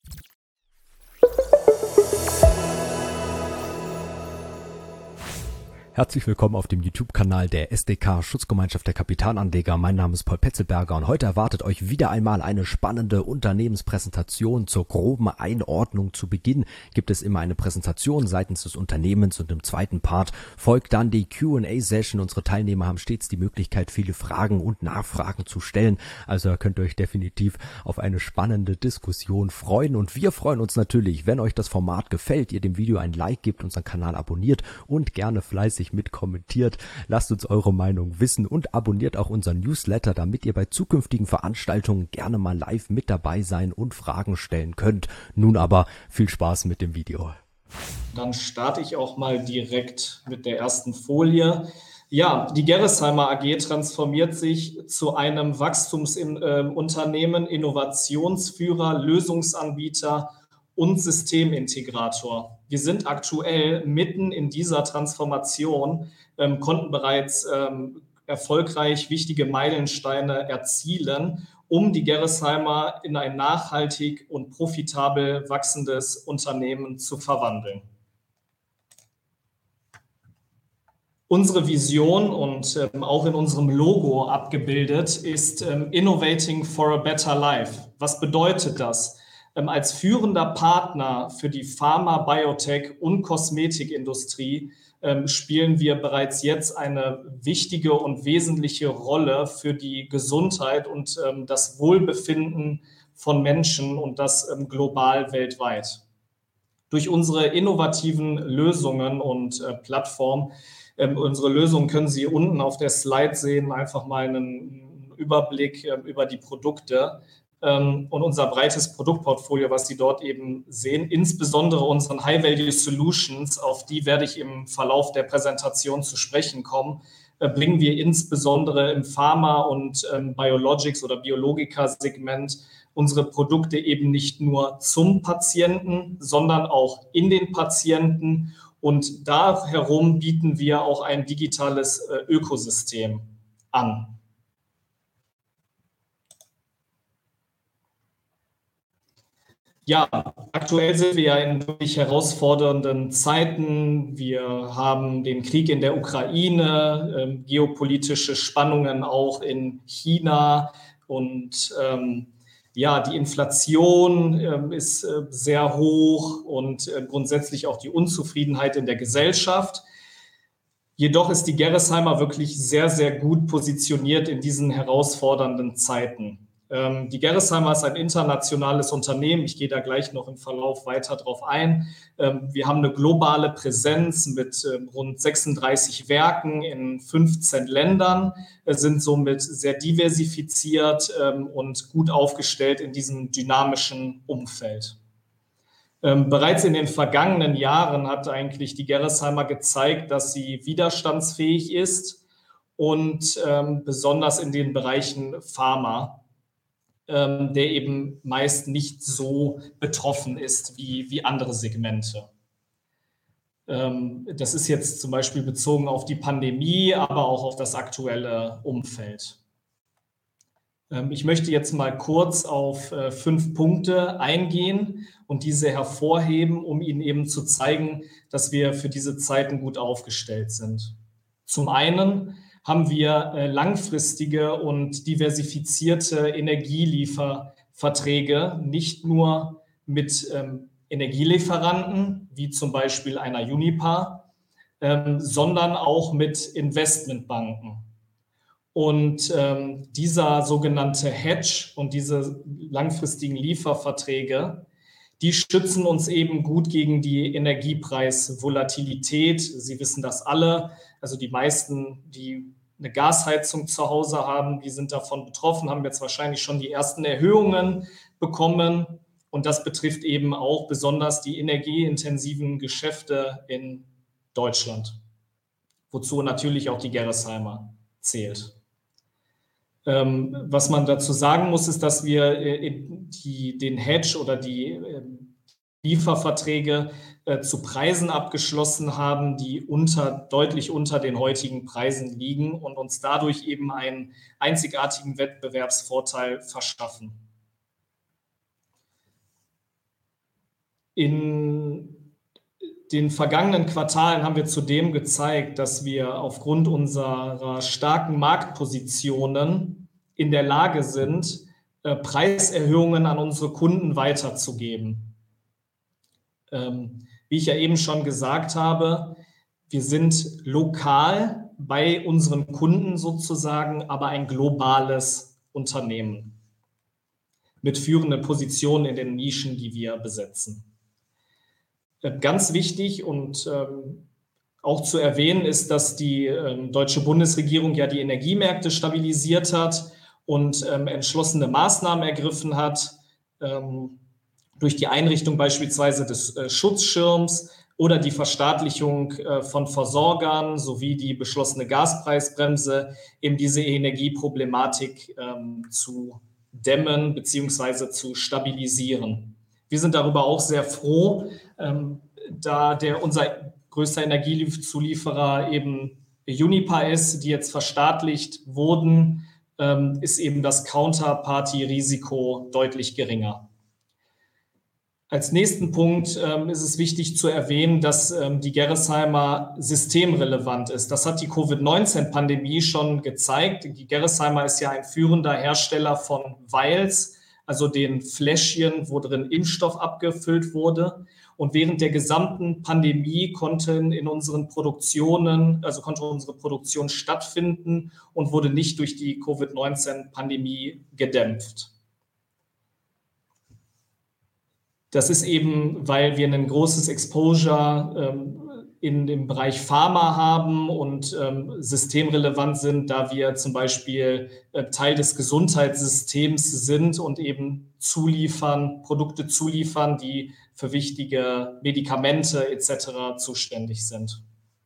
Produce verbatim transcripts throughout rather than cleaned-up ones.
Herzlich willkommen auf dem YouTube-Kanal der S D K Schutzgemeinschaft der Kapitalanleger. Mein Name ist Paul Petzelberger und heute erwartet euch wieder einmal eine spannende Unternehmenspräsentation. Zur groben Einordnung zu Beginn gibt es immer eine Präsentation seitens des Unternehmens und im zweiten Part folgt dann die Q und A-Session. Unsere Teilnehmer haben stets die Möglichkeit, viele Fragen und Nachfragen zu stellen. Also da könnt ihr euch definitiv auf eine spannende Diskussion freuen und wir freuen uns natürlich, wenn euch das Format gefällt, ihr dem Video ein Like gebt, unseren Kanal abonniert und gerne fleißig mit kommentiert. Lasst uns eure Meinung wissen und abonniert auch unseren Newsletter, damit ihr bei zukünftigen Veranstaltungen gerne mal live mit dabei sein und Fragen stellen könnt. Nun aber viel Spaß mit dem Video. Dann starte ich auch mal direkt mit der ersten Folie. Ja, die Gerresheimer A G transformiert sich zu einem Wachstumsunternehmen, Innovationsführer, Lösungsanbieter und Systemintegrator. Wir sind aktuell mitten in dieser Transformation, ähm, konnten bereits ähm, erfolgreich wichtige Meilensteine erzielen, um die Gerresheimer in ein nachhaltig und profitabel wachsendes Unternehmen zu verwandeln. Unsere Vision und ähm, auch in unserem Logo abgebildet ist ähm, Innovating for a Better Life. Was bedeutet das? Ähm, als führender Partner für die Pharma-, Biotech- und Kosmetikindustrie ähm, spielen wir bereits jetzt eine wichtige und wesentliche Rolle für die Gesundheit und ähm, das Wohlbefinden von Menschen und das ähm, global weltweit. Durch unsere innovativen Lösungen und äh, Plattformen, ähm, unsere Lösungen können Sie unten auf der Slide sehen, einfach mal einen Überblick äh, über die Produkte und unser breites Produktportfolio, was Sie dort eben sehen, insbesondere unseren High-Value Solutions, auf die werde ich im Verlauf der Präsentation zu sprechen kommen, bringen wir insbesondere im Pharma- und ähm, Biologics- oder Biologika-Segment unsere Produkte eben nicht nur zum Patienten, sondern auch in den Patienten. Und da herum bieten wir auch ein digitales äh, Ökosystem an. Ja, aktuell sind wir ja in wirklich herausfordernden Zeiten. Wir haben den Krieg in der Ukraine, ähm, geopolitische Spannungen auch in China und ähm, ja, die Inflation ähm, ist äh, sehr hoch und äh, grundsätzlich auch die Unzufriedenheit in der Gesellschaft. Jedoch ist die Gerresheimer wirklich sehr, sehr gut positioniert in diesen herausfordernden Zeiten. Die Gerresheimer ist ein internationales Unternehmen. Ich gehe da gleich noch im Verlauf weiter drauf ein. Wir haben eine globale Präsenz mit rund sechsunddreißig Werken in fünfzehn Ländern, sind somit sehr diversifiziert und gut aufgestellt in diesem dynamischen Umfeld. Ähm, bereits in den vergangenen Jahren hat eigentlich die Gerresheimer gezeigt, dass sie widerstandsfähig ist und ähm, besonders in den Bereichen Pharma, ähm, der eben meist nicht so betroffen ist wie, wie andere Segmente. Ähm, das ist jetzt zum Beispiel bezogen auf die Pandemie, aber auch auf das aktuelle Umfeld. Ich möchte jetzt mal kurz auf äh, fünf Punkte eingehen und diese hervorheben, um Ihnen eben zu zeigen, dass wir für diese Zeiten gut aufgestellt sind. Zum einen haben wir äh, langfristige und diversifizierte Energielieferverträge, nicht nur mit ähm, Energielieferanten, wie zum Beispiel einer Uniper, ähm, sondern auch mit Investmentbanken. Und ähm, dieser sogenannte Hedge und diese langfristigen Lieferverträge, die schützen uns eben gut gegen die Energiepreisvolatilität. Sie wissen das alle. Also die meisten, die eine Gasheizung zu Hause haben, die sind davon betroffen, haben jetzt wahrscheinlich schon die ersten Erhöhungen bekommen. Und das betrifft eben auch besonders die energieintensiven Geschäfte in Deutschland, wozu natürlich auch die Gerresheimer zählt. Ähm, was man dazu sagen muss, ist, dass wir äh, die, den Hedge oder die äh, Lieferverträge äh, zu Preisen abgeschlossen haben, die unter, deutlich unter den heutigen Preisen liegen und uns dadurch eben einen einzigartigen Wettbewerbsvorteil verschaffen. In den vergangenen Quartalen haben wir zudem gezeigt, dass wir aufgrund unserer starken Marktpositionen in der Lage sind, Preiserhöhungen an unsere Kunden weiterzugeben. Ähm, wie ich ja eben schon gesagt habe, wir sind lokal bei unseren Kunden sozusagen, aber ein globales Unternehmen mit führenden Positionen in den Nischen, die wir besetzen. Ganz wichtig und ähm, auch zu erwähnen ist, dass die ähm, deutsche Bundesregierung ja die Energiemärkte stabilisiert hat und ähm, entschlossene Maßnahmen ergriffen hat, ähm, durch die Einrichtung beispielsweise des äh, Schutzschirms oder die Verstaatlichung äh, von Versorgern sowie die beschlossene Gaspreisbremse, eben diese Energieproblematik ähm, zu dämmen bzw. zu stabilisieren. Wir sind darüber auch sehr froh, ähm, da der, unser größter Energiezulieferer eben Uniper ist, die jetzt verstaatlicht wurden, ähm, ist eben das Counterparty-Risiko deutlich geringer. Als nächsten Punkt ähm, ist es wichtig zu erwähnen, dass ähm, die Gerresheimer systemrelevant ist. Das hat die Covid neunzehn Pandemie schon gezeigt. Die Gerresheimer ist ja ein führender Hersteller von Vials, also den Fläschchen, wo drin Impfstoff abgefüllt wurde. Und während der gesamten Pandemie konnten in unseren Produktionen, also konnte unsere Produktion stattfinden und wurde nicht durch die Covid neunzehn Pandemie gedämpft. Das ist eben, weil wir ein großes Exposure ähm, in dem Bereich Pharma haben und ähm, systemrelevant sind, da wir zum Beispiel äh, Teil des Gesundheitssystems sind und eben zuliefern, Produkte zuliefern, die für wichtige Medikamente et cetera zuständig sind.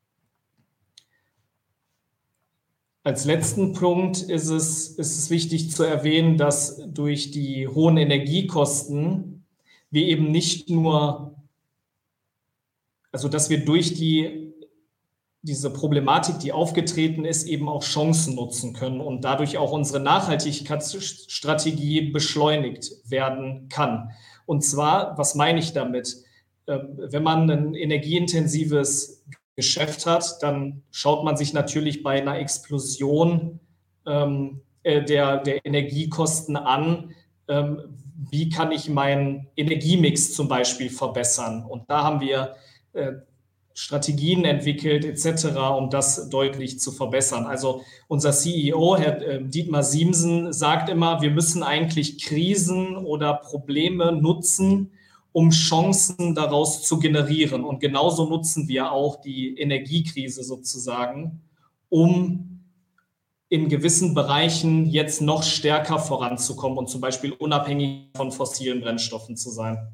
Als letzten Punkt ist es, ist es wichtig zu erwähnen, dass durch die hohen Energiekosten wir eben nicht nur, also dass wir durch die, diese Problematik, die aufgetreten ist, eben auch Chancen nutzen können und dadurch auch unsere Nachhaltigkeitsstrategie beschleunigt werden kann. Und zwar, was meine ich damit? Wenn man ein energieintensives Geschäft hat, dann schaut man sich natürlich bei einer Explosion ähm, der, der Energiekosten an, ähm, wie kann ich meinen Energiemix zum Beispiel verbessern. Und da haben wir äh, Strategien entwickelt et cetera, um das deutlich zu verbessern. Also unser C E O, Herr äh, Dietmar Siemsen, sagt immer, wir müssen eigentlich Krisen oder Probleme nutzen, um Chancen daraus zu generieren. Und genauso nutzen wir auch die Energiekrise sozusagen, um in gewissen Bereichen jetzt noch stärker voranzukommen und zum Beispiel unabhängig von fossilen Brennstoffen zu sein.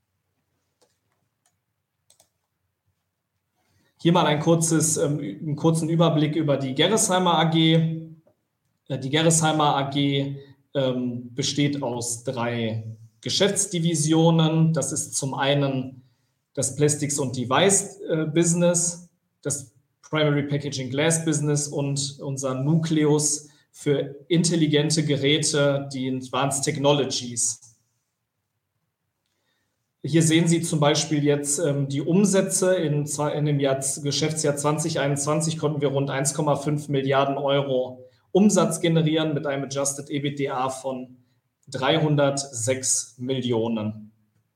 Hier mal ein kurzes, ähm, einen kurzen Überblick über die Gerresheimer A G. Die Gerresheimer A G ähm, besteht aus drei Geschäftsdivisionen. Das ist zum einen das Plastics und Device äh, Business, das Primary Packaging Glass Business und unser Nukleus für intelligente Geräte, die Advanced Technologies. Hier sehen Sie zum Beispiel jetzt ähm, die Umsätze. In, in dem Jahr, Geschäftsjahr zwanzig einundzwanzig konnten wir rund eins Komma fünf Milliarden Euro Umsatz generieren mit einem Adjusted EBITDA von dreihundertsechs Millionen.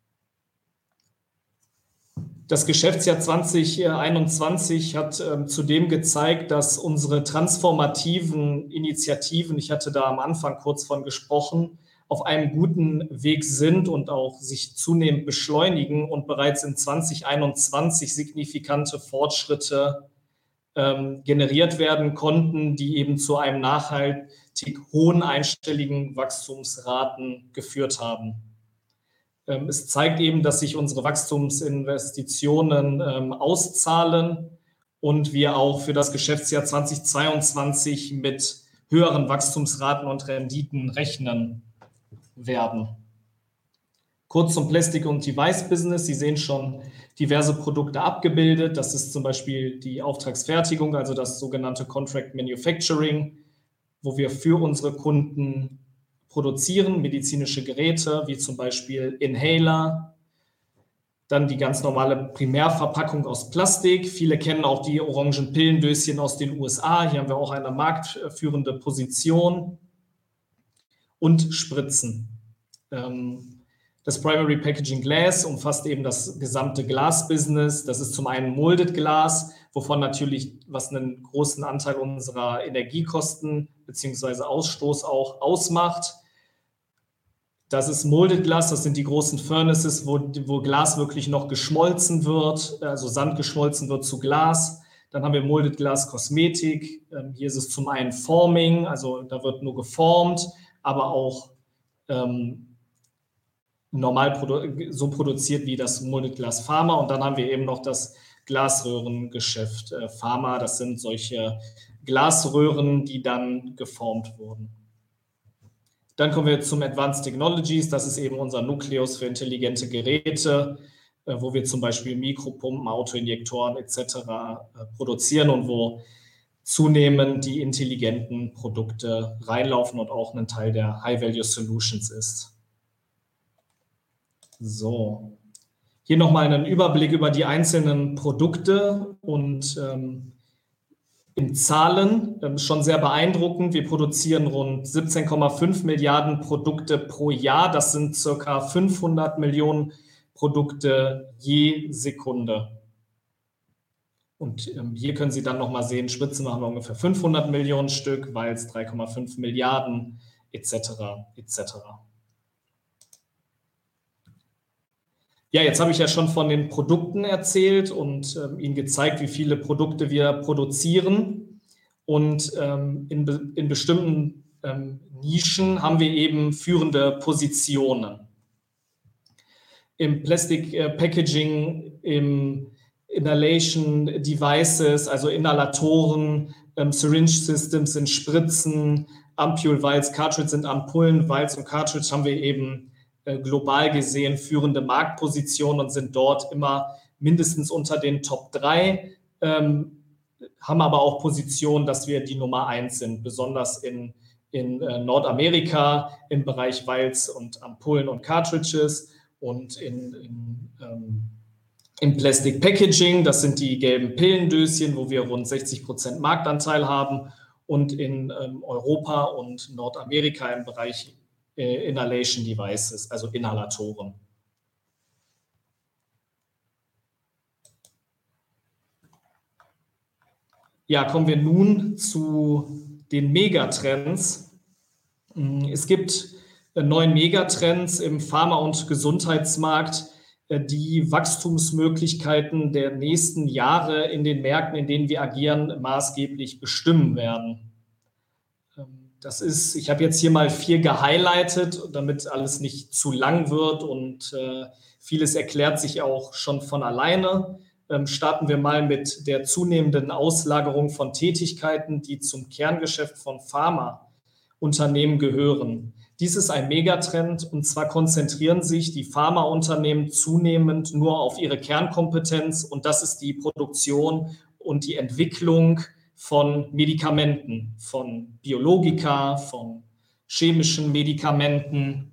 Das Geschäftsjahr zwanzig einundzwanzig hat ähm, zudem gezeigt, dass unsere transformativen Initiativen, ich hatte da am Anfang kurz von gesprochen, auf einem guten Weg sind und auch sich zunehmend beschleunigen und bereits in zwanzig einundzwanzig signifikante Fortschritte ähm, generiert werden konnten, die eben zu einem nachhaltig hohen einstelligen Wachstumsraten geführt haben. Es zeigt eben, dass sich unsere Wachstumsinvestitionen ähm, auszahlen und wir auch für das Geschäftsjahr zwanzig zweiundzwanzig mit höheren Wachstumsraten und Renditen rechnen werden. Kurz zum Plastic- und Device-Business. Sie sehen schon diverse Produkte abgebildet. Das ist zum Beispiel die Auftragsfertigung, also das sogenannte Contract Manufacturing, wo wir für unsere Kunden produzieren, medizinische Geräte, wie zum Beispiel Inhaler, Dann die ganz normale Primärverpackung aus Plastik. Viele kennen auch die orangen Pillendöschen aus den U S A. Hier haben wir auch eine marktführende Position. Und Spritzen. Das Primary Packaging Glass umfasst eben das gesamte Glas-Business. Das ist zum einen Molded Glass, wovon natürlich, was einen großen Anteil unserer Energiekosten bzw. Ausstoß auch ausmacht. Das ist Molded Glass, das sind die großen Furnaces, wo, wo Glas wirklich noch geschmolzen wird, also Sand geschmolzen wird zu Glas. Dann haben wir Molded Glass Kosmetik. Hier ist es zum einen Forming, also da wird nur geformt, aber auch ähm, normal produ- so produziert wie das Molded Glass Pharma. Und dann haben wir eben noch das Glasröhrengeschäft äh, Pharma. Das sind solche Glasröhren, die dann geformt wurden. Dann kommen wir zum Advanced Technologies. Das ist eben unser Nukleus für intelligente Geräte, äh, wo wir zum Beispiel Mikropumpen, Autoinjektoren et cetera äh, produzieren und wo zunehmend die intelligenten Produkte reinlaufen und auch ein Teil der High-Value-Solutions ist. So, hier nochmal einen Überblick über die einzelnen Produkte und ähm, in Zahlen ähm, schon sehr beeindruckend. Wir produzieren rund siebzehn Komma fünf Milliarden Produkte pro Jahr. Das sind circa fünfhundert Millionen Produkte je Sekunde. Und ähm, hier können Sie dann nochmal sehen, Spritzen machen wir ungefähr fünfhundert Millionen Stück, Vials drei Komma fünf Milliarden et cetera et cetera. Ja, jetzt habe ich ja schon von den Produkten erzählt und ähm, Ihnen gezeigt, wie viele Produkte wir produzieren. Und ähm, in, be in bestimmten ähm, Nischen haben wir eben führende Positionen. Im Plastic äh, Packaging, im Inhalation Devices, also Inhalatoren, ähm, Syringe Systems sind Spritzen, Ampule Vials, Cartridge sind Ampullen, Vials und Cartridge haben wir eben global gesehen führende Marktposition und sind dort immer mindestens unter den Top drei, ähm, haben aber auch Positionen, dass wir die Nummer eins sind, besonders in, in äh, Nordamerika im Bereich Vials und Ampullen und Cartridges und in, in, ähm, im Plastic Packaging, das sind die gelben Pillendöschen, wo wir rund sechzig Prozent Marktanteil haben und in ähm, Europa und Nordamerika im Bereich Inhalation Devices, also Inhalatoren. Ja, kommen wir nun zu den Megatrends. Es gibt neun Megatrends im Pharma- und Gesundheitsmarkt, die Wachstumsmöglichkeiten der nächsten Jahre in den Märkten, in denen wir agieren, maßgeblich bestimmen werden. Das ist, ich habe jetzt hier mal vier gehighlightet, damit alles nicht zu lang wird und äh, vieles erklärt sich auch schon von alleine. Ähm, starten wir mal mit der zunehmenden Auslagerung von Tätigkeiten, die zum Kerngeschäft von Pharmaunternehmen gehören. Dies ist ein Megatrend und zwar konzentrieren sich die Pharmaunternehmen zunehmend nur auf ihre Kernkompetenz und das ist die Produktion und die Entwicklung von Medikamenten, von Biologika, von chemischen Medikamenten.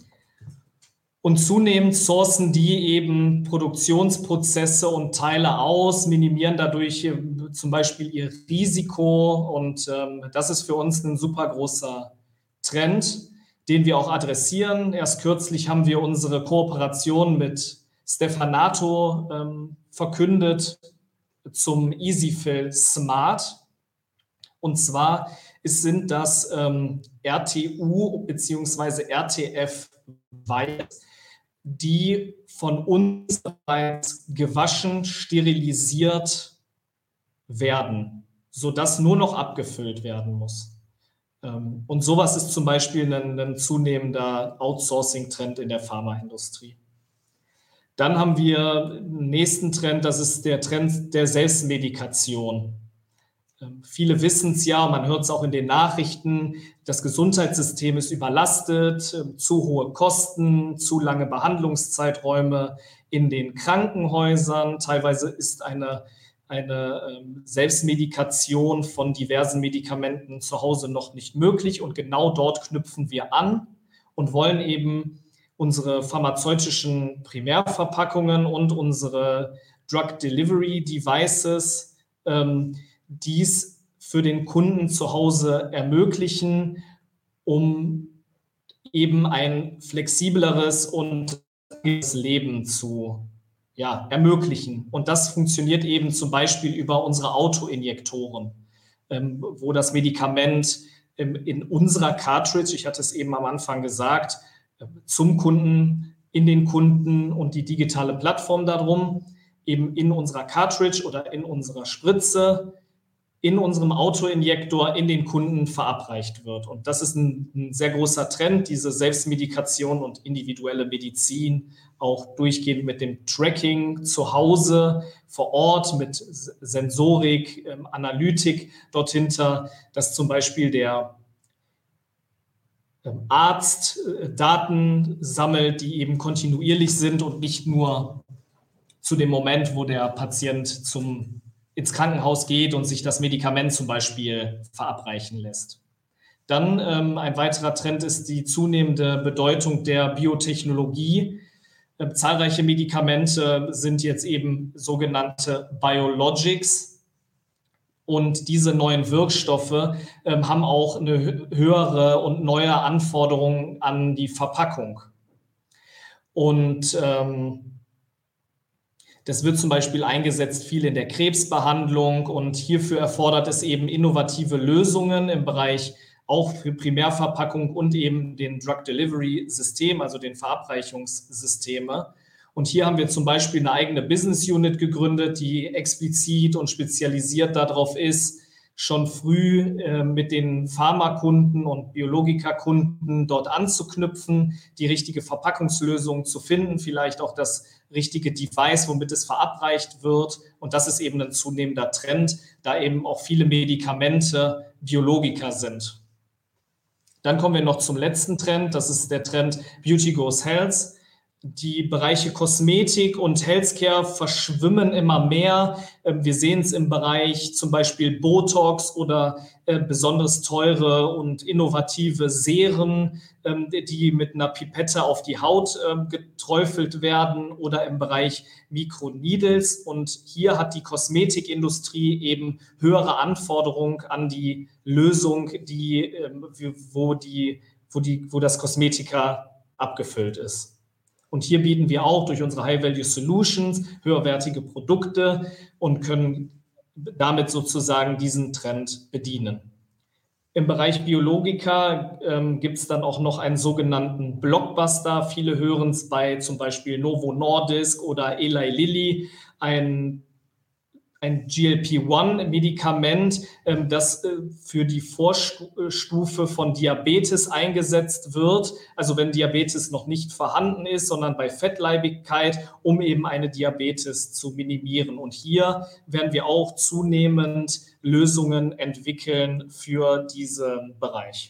Und zunehmend sourcen die eben Produktionsprozesse und Teile aus, minimieren dadurch zum Beispiel ihr Risiko. Und ähm, das ist für uns ein super großer Trend, den wir auch adressieren. Erst kürzlich haben wir unsere Kooperation mit Stevanato ähm, verkündet zum EasyFill Smart. Und zwar ist, sind das ähm, R T U bzw. R T F-Vials, die von uns bereits gewaschen, sterilisiert werden, sodass nur noch abgefüllt werden muss. Ähm, und sowas ist zum Beispiel ein, ein zunehmender Outsourcing-Trend in der Pharmaindustrie. Dann haben wir einen nächsten Trend, das ist der Trend der Selbstmedikation. Ähm, viele wissen es ja, man hört es auch in den Nachrichten, das Gesundheitssystem ist überlastet, äh, zu hohe Kosten, zu lange Behandlungszeiträume in den Krankenhäusern. Teilweise ist eine, eine ähm, Selbstmedikation von diversen Medikamenten zu Hause noch nicht möglich und genau dort knüpfen wir an und wollen eben unsere pharmazeutischen Primärverpackungen und unsere Drug Delivery Devices ähm, dies für den Kunden zu Hause ermöglichen, um eben ein flexibleres und Leben zu ja, ermöglichen. Und das funktioniert eben zum Beispiel über unsere Autoinjektoren, ähm, wo das Medikament ähm, in unserer Cartridge, ich hatte es eben am Anfang gesagt, äh, zum Kunden, in den Kunden und die digitale Plattform darum, eben in unserer Cartridge oder in unserer Spritze, in unserem Autoinjektor in den Kunden verabreicht wird. Und das ist ein, ein sehr großer Trend, diese Selbstmedikation und individuelle Medizin, auch durchgehend mit dem Tracking zu Hause, vor Ort, mit Sensorik, ähm, Analytik dort hinter, dass zum Beispiel der ähm, Arzt äh, Daten sammelt, die eben kontinuierlich sind und nicht nur zu dem Moment, wo der Patient zum ins Krankenhaus geht und sich das Medikament zum Beispiel verabreichen lässt. Dann ähm, ein weiterer Trend ist die zunehmende Bedeutung der Biotechnologie. Äh, zahlreiche Medikamente sind jetzt eben sogenannte Biologics. Und diese neuen Wirkstoffe ähm, haben auch eine höhere und neue Anforderungen an die Verpackung. Und ähm, das wird zum Beispiel eingesetzt viel in der Krebsbehandlung und hierfür erfordert es eben innovative Lösungen im Bereich auch für Primärverpackung und eben den Drug Delivery System, also den Verabreichungssysteme. Und hier haben wir zum Beispiel eine eigene Business Unit gegründet, die explizit und spezialisiert darauf ist, schon früh äh, mit den Pharmakunden und Biologikakunden dort anzuknüpfen, die richtige Verpackungslösung zu finden, vielleicht auch das richtige Device, womit es verabreicht wird. Und das ist eben ein zunehmender Trend, da eben auch viele Medikamente Biologika sind. Dann kommen wir noch zum letzten Trend, das ist der Trend Beauty Goes Health. Die Bereiche Kosmetik und Healthcare verschwimmen immer mehr. Wir sehen es im Bereich zum Beispiel Botox oder besonders teure und innovative Seren, die mit einer Pipette auf die Haut geträufelt werden, oder im Bereich Microneedles. Und hier hat die Kosmetikindustrie eben höhere Anforderungen an die Lösung, die, wo, die, wo, die, wo das Kosmetika abgefüllt ist. Und hier bieten wir auch durch unsere High-Value-Solutions höherwertige Produkte und können damit sozusagen diesen Trend bedienen. Im Bereich Biologika ähm, gibt es dann auch noch einen sogenannten Blockbuster. Viele hören es bei zum Beispiel Novo Nordisk oder Eli Lilly, ein ein G L P eins Medikament, das für die Vorstufe von Diabetes eingesetzt wird. Also wenn Diabetes noch nicht vorhanden ist, sondern bei Fettleibigkeit, um eben eine Diabetes zu minimieren. Und hier werden wir auch zunehmend Lösungen entwickeln für diesen Bereich.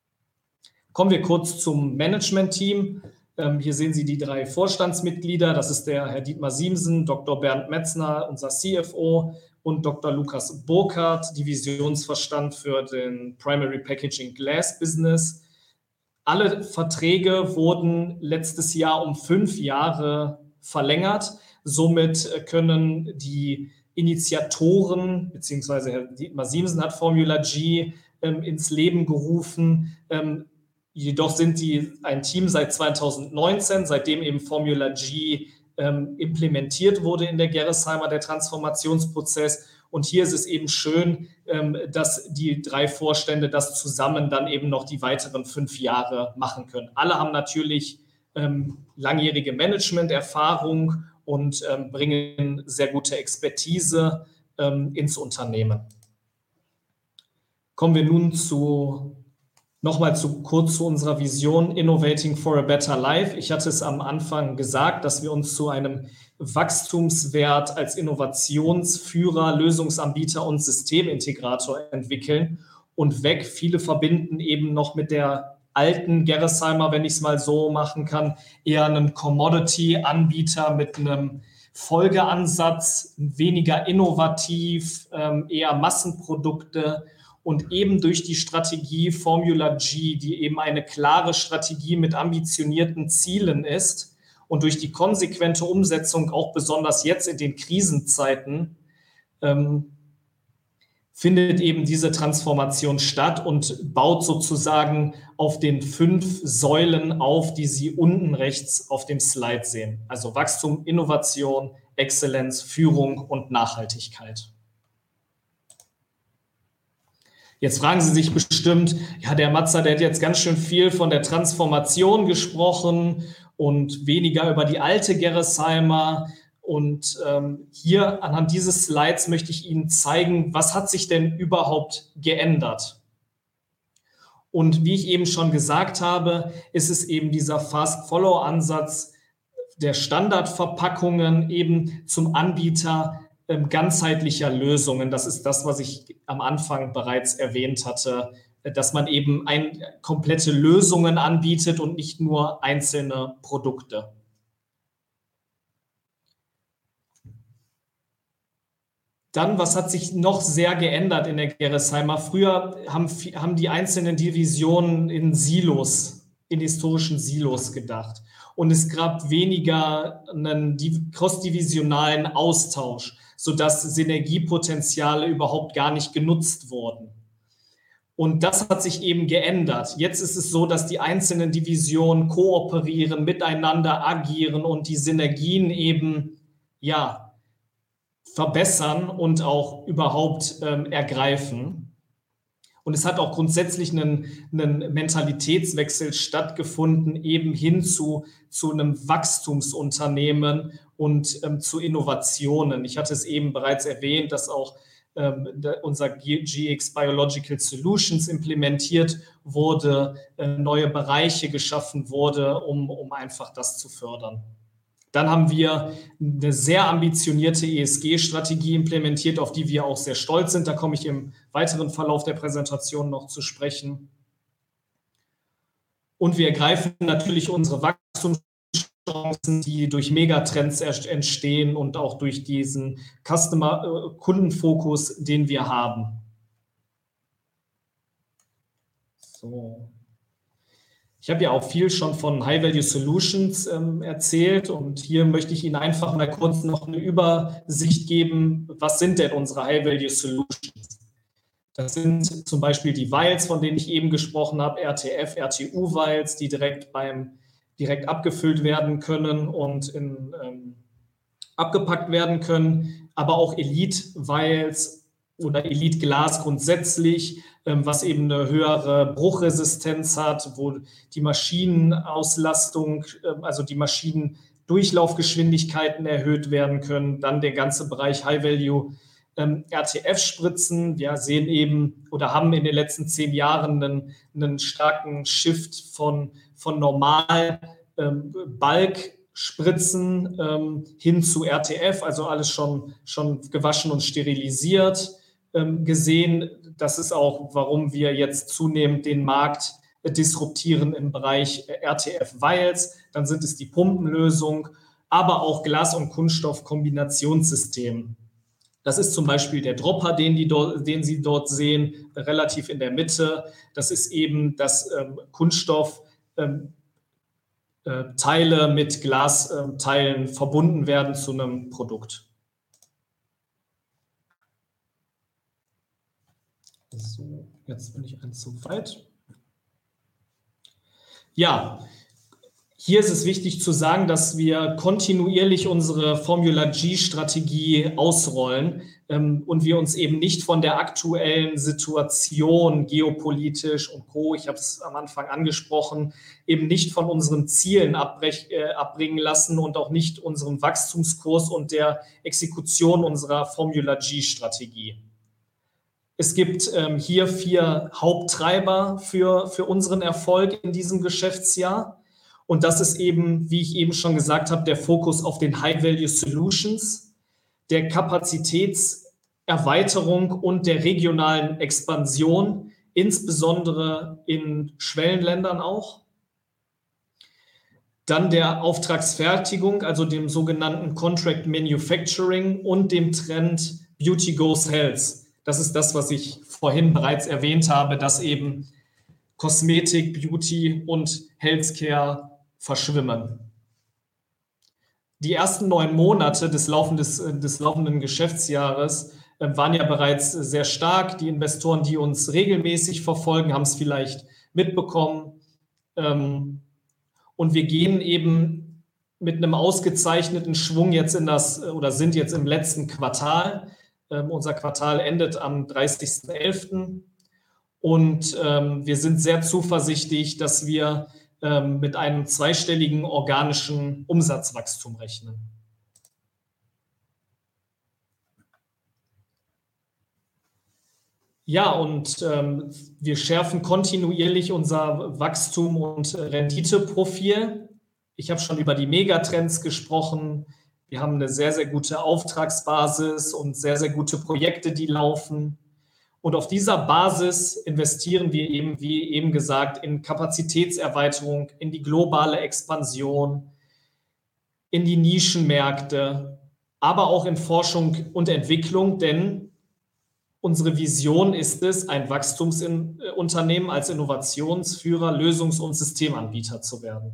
Kommen wir kurz zum Management-Team. Hier sehen Sie die drei Vorstandsmitglieder. Das ist der Herr Dietmar Siemsen, Doktor Bernd Metzner, unser C F O, und Doktor Lukas Burkhardt, Divisionsvorstand für den Primary Packaging Glass Business. Alle Verträge wurden letztes Jahr um fünf Jahre verlängert. Somit können die Initiatoren, beziehungsweise Herr Dietmar Siemsen hat Formula G ähm, ins Leben gerufen. Ähm, Jedoch sind die ein Team seit zweitausendneunzehn, seitdem eben Formula G ähm, implementiert wurde in der Gerresheimer, der Transformationsprozess. Und hier ist es eben schön, ähm, dass die drei Vorstände das zusammen dann eben noch die weiteren fünf Jahre machen können. Alle haben natürlich ähm, langjährige Management-Erfahrung und ähm, bringen sehr gute Expertise ähm, ins Unternehmen. Kommen wir nun zu Nochmal zu, kurz zu unserer Vision Innovating for a Better Life. Ich hatte es am Anfang gesagt, dass wir uns zu einem Wachstumswert als Innovationsführer, Lösungsanbieter und Systemintegrator entwickeln und weg. Viele verbinden eben noch mit der alten Gerresheimer, wenn ich es mal so machen kann, eher einen Commodity-Anbieter mit einem Folgeansatz, weniger innovativ, eher Massenprodukte. Und eben durch die Strategie Formula G, die eben eine klare Strategie mit ambitionierten Zielen ist und durch die konsequente Umsetzung, auch besonders jetzt in den Krisenzeiten, ähm, findet eben diese Transformation statt und baut sozusagen auf den fünf Säulen auf, die Sie unten rechts auf dem Slide sehen. Also Wachstum, Innovation, Exzellenz, Führung und Nachhaltigkeit. Jetzt fragen Sie sich bestimmt, ja, der Mazza, der hat jetzt ganz schön viel von der Transformation gesprochen und weniger über die alte Gerresheimer. Und ähm, hier anhand dieses Slides möchte ich Ihnen zeigen, was hat sich denn überhaupt geändert? Und wie ich eben schon gesagt habe, ist es eben dieser Fast-Follow-Ansatz der Standardverpackungen eben zum Anbieter ähm, ganzheitlicher Lösungen. Das ist das, was ich am Anfang bereits erwähnt hatte, dass man eben ein, komplette Lösungen anbietet und nicht nur einzelne Produkte. Dann, was hat sich noch sehr geändert in der Gerresheimer? Früher haben, haben die einzelnen Divisionen in Silos, in historischen Silos gedacht. Und es gab weniger einen cross-divisionalen Austausch, sodass Synergiepotenziale überhaupt gar nicht genutzt wurden. Und das hat sich eben geändert. Jetzt ist es so, dass die einzelnen Divisionen kooperieren, miteinander agieren und die Synergien eben, ja, verbessern und auch überhaupt ähm, ergreifen. Und es hat auch grundsätzlich einen, einen Mentalitätswechsel stattgefunden, eben hin zu, zu einem Wachstumsunternehmen und ähm, zu Innovationen. Ich hatte es eben bereits erwähnt, dass auch ähm, unser G X Biological Solutions implementiert wurde, äh, neue Bereiche geschaffen wurde, um, um einfach das zu fördern. Dann haben wir eine sehr ambitionierte E S G-Strategie implementiert, auf die wir auch sehr stolz sind. Da komme ich im weiteren Verlauf der Präsentation noch zu sprechen. Und wir ergreifen natürlich unsere Wachstumschancen, die durch Megatrends entstehen und auch durch diesen Customer-Kundenfokus, den wir haben. So. Ich habe ja auch viel schon von High-Value-Solutions ähm, erzählt und hier möchte ich Ihnen einfach mal kurz noch eine Übersicht geben, was sind denn unsere High-Value-Solutions? Das sind zum Beispiel die Vials, von denen ich eben gesprochen habe, R T F, R T U-Vials, die direkt, beim, direkt abgefüllt werden können und in, ähm, abgepackt werden können, aber auch Elite-Vials oder Elite-Glas grundsätzlich, was eben eine höhere Bruchresistenz hat, wo die Maschinenauslastung, also die Maschinendurchlaufgeschwindigkeiten erhöht werden können. Dann der ganze Bereich High-Value R T F-Spritzen. Wir sehen eben oder haben in den letzten zehn Jahren einen, einen starken Shift von, von normal ähm, Bulk-Spritzen ähm, hin zu R T F, also alles schon, schon gewaschen und sterilisiert ähm, gesehen. Das ist auch, warum wir jetzt zunehmend den Markt äh, disruptieren im Bereich äh, R T F-Vials. Dann sind es die Pumpenlösung, aber auch Glas- und Kunststoff-Kombinationssystem. Das ist zum Beispiel der Dropper, den, die dort, den Sie dort sehen, relativ in der Mitte. Das ist eben, dass ähm, Kunststoff ähm, äh, Teile mit Glasteilen äh, verbunden werden zu einem Produkt. So, jetzt bin ich eins zu weit. Ja, hier ist es wichtig zu sagen, dass wir kontinuierlich unsere Formula G-Strategie ausrollen ähm, und wir uns eben nicht von der aktuellen Situation geopolitisch und Co., ich habe es am Anfang angesprochen, eben nicht von unseren Zielen abbrech, äh, abbringen lassen und auch nicht unserem Wachstumskurs und der Exekution unserer Formula G-Strategie. Es gibt ähm, hier vier Haupttreiber für, für unseren Erfolg in diesem Geschäftsjahr. Und das ist eben, wie ich eben schon gesagt habe, der Fokus auf den High-Value-Solutions, der Kapazitätserweiterung und der regionalen Expansion, insbesondere in Schwellenländern auch. Dann der Auftragsfertigung, also dem sogenannten Contract Manufacturing und dem Trend Beauty Goes Health. Das ist das, was ich vorhin bereits erwähnt habe, dass eben Kosmetik, Beauty und Healthcare verschwimmen. Die ersten neun Monate des, laufendes, des laufenden Geschäftsjahres äh, waren ja bereits sehr stark. Die Investoren, die uns regelmäßig verfolgen, haben es vielleicht mitbekommen. Ähm, und wir gehen eben mit einem ausgezeichneten Schwung jetzt in das oder sind jetzt im letzten Quartal. Ähm, unser Quartal endet am dreißigsten elften und ähm, wir sind sehr zuversichtlich, dass wir ähm, mit einem zweistelligen organischen Umsatzwachstum rechnen. Ja, und ähm, wir schärfen kontinuierlich unser Wachstum und Renditeprofil. Ich habe schon über die Megatrends gesprochen. Wir haben eine sehr, sehr gute Auftragsbasis und sehr, sehr gute Projekte, die laufen. Und auf dieser Basis investieren wir eben, wie eben gesagt, in Kapazitätserweiterung, in die globale Expansion, in die Nischenmärkte, aber auch in Forschung und Entwicklung, denn unsere Vision ist es, ein Wachstumsunternehmen als Innovationsführer, Lösungs- und Systemanbieter zu werden.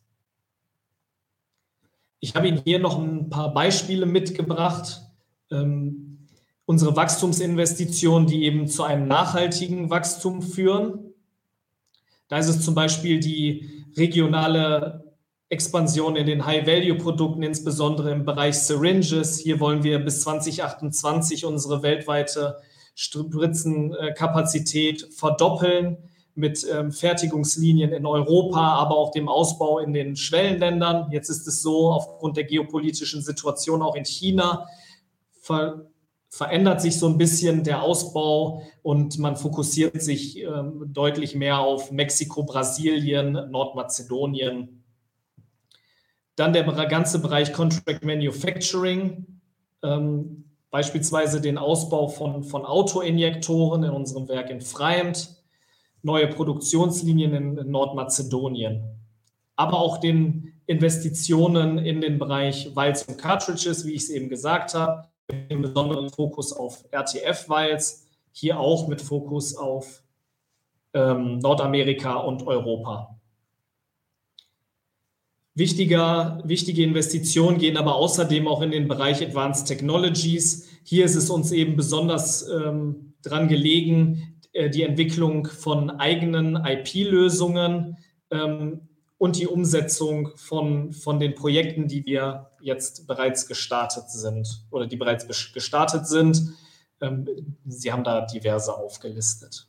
Ich habe Ihnen hier noch ein paar Beispiele mitgebracht. Ähm, unsere Wachstumsinvestitionen, die eben zu einem nachhaltigen Wachstum führen. Da ist es zum Beispiel die regionale Expansion in den High-Value-Produkten, insbesondere im Bereich Syringes. Hier wollen wir bis zwanzig achtundzwanzig unsere weltweite Spritzenkapazität verdoppeln mit ähm, Fertigungslinien in Europa, aber auch dem Ausbau in den Schwellenländern. Jetzt ist es so, aufgrund der geopolitischen Situation auch in China ver verändert sich so ein bisschen der Ausbau und man fokussiert sich ähm, deutlich mehr auf Mexiko, Brasilien, Nordmazedonien. Dann der ganze Bereich Contract Manufacturing, ähm, beispielsweise den Ausbau von, von Autoinjektoren in unserem Werk in Pfreimd, neue Produktionslinien in, in Nordmazedonien, aber auch den Investitionen in den Bereich Vials und Cartridges, wie ich es eben gesagt habe, mit dem besonderen Fokus auf R T F-Vials, hier auch mit Fokus auf ähm, Nordamerika und Europa. Wichtiger, wichtige Investitionen gehen aber außerdem auch in den Bereich Advanced Technologies. Hier ist es uns eben besonders ähm, dran gelegen, äh, die Entwicklung von eigenen I P-Lösungen ähm, und die Umsetzung von, von den Projekten, die wir jetzt bereits gestartet sind oder die bereits gestartet sind. Ähm, Sie haben da diverse aufgelistet.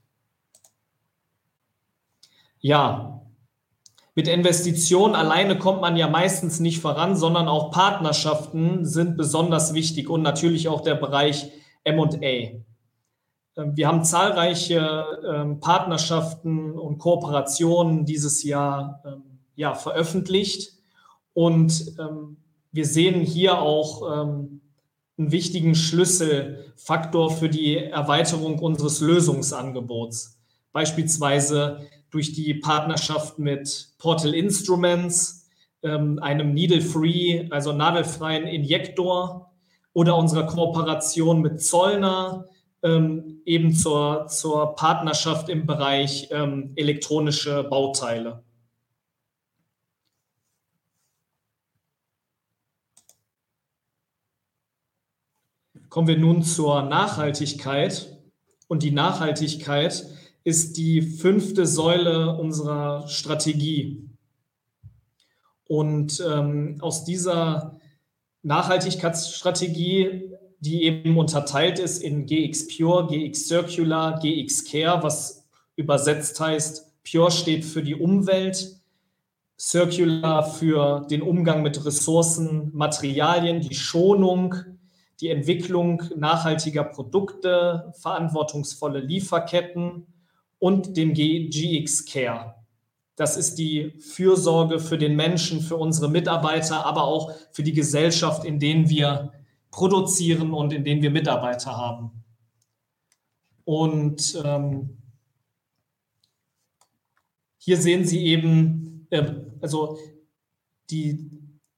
Ja, mit Investitionen alleine kommt man ja meistens nicht voran, sondern auch Partnerschaften sind besonders wichtig und natürlich auch der Bereich M und A. Wir haben zahlreiche Partnerschaften und Kooperationen dieses Jahr ja, veröffentlicht und wir sehen hier auch einen wichtigen Schlüsselfaktor für die Erweiterung unseres Lösungsangebots. Beispielsweise durch die Partnerschaft mit Portal Instruments, ähm, einem Needle-Free, also nadelfreien Injektor oder unserer Kooperation mit Zollner, ähm, eben zur, zur Partnerschaft im Bereich ähm, elektronische Bauteile. Kommen wir nun zur Nachhaltigkeit. Und die Nachhaltigkeit ist die fünfte Säule unserer Strategie. Und ähm, aus dieser Nachhaltigkeitsstrategie, die eben unterteilt ist in G X Pure, G X Circular, G X Care, was übersetzt heißt, Pure steht für die Umwelt, Circular für den Umgang mit Ressourcen, Materialien, die Schonung, die Entwicklung nachhaltiger Produkte, verantwortungsvolle Lieferketten und dem G X Care. Das ist die Fürsorge für den Menschen, für unsere Mitarbeiter, aber auch für die Gesellschaft, in denen wir produzieren und in denen wir Mitarbeiter haben. Und ähm, hier sehen Sie eben, äh, also die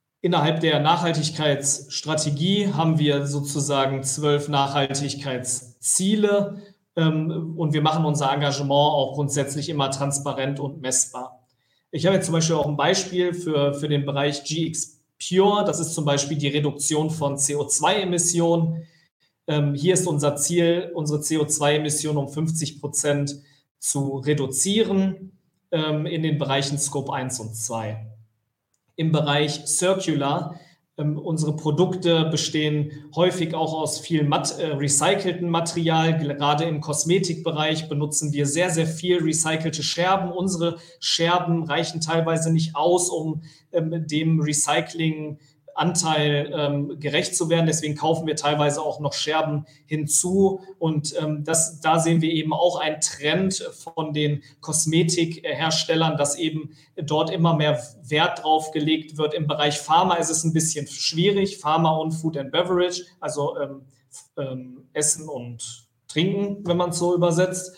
Innerhalb der Nachhaltigkeitsstrategie haben wir sozusagen zwölf Nachhaltigkeits Ziele ähm, und wir machen unser Engagement auch grundsätzlich immer transparent und messbar. Ich habe jetzt zum Beispiel auch ein Beispiel für, für den Bereich G X Pure. Das ist zum Beispiel die Reduktion von C O zwei Emissionen. Ähm, hier ist unser Ziel, unsere C O zwei Emissionen um fünfzig Prozent zu reduzieren ähm, in den Bereichen Scope eins und zwei. Im Bereich Circular, ähm, unsere Produkte bestehen häufig auch aus viel mat- äh, recyceltem Material. Gerade im Kosmetikbereich benutzen wir sehr, sehr viel recycelte Scherben. Unsere Scherben reichen teilweise nicht aus, um ähm, dem Recycling Anteil ähm, gerecht zu werden. Deswegen kaufen wir teilweise auch noch Scherben hinzu. Und ähm, das, da sehen wir eben auch einen Trend von den Kosmetikherstellern, dass eben dort immer mehr Wert drauf gelegt wird. Im Bereich Pharma ist es ein bisschen schwierig. Pharma und Food and Beverage, also ähm, ähm, Essen und Trinken, wenn man es so übersetzt.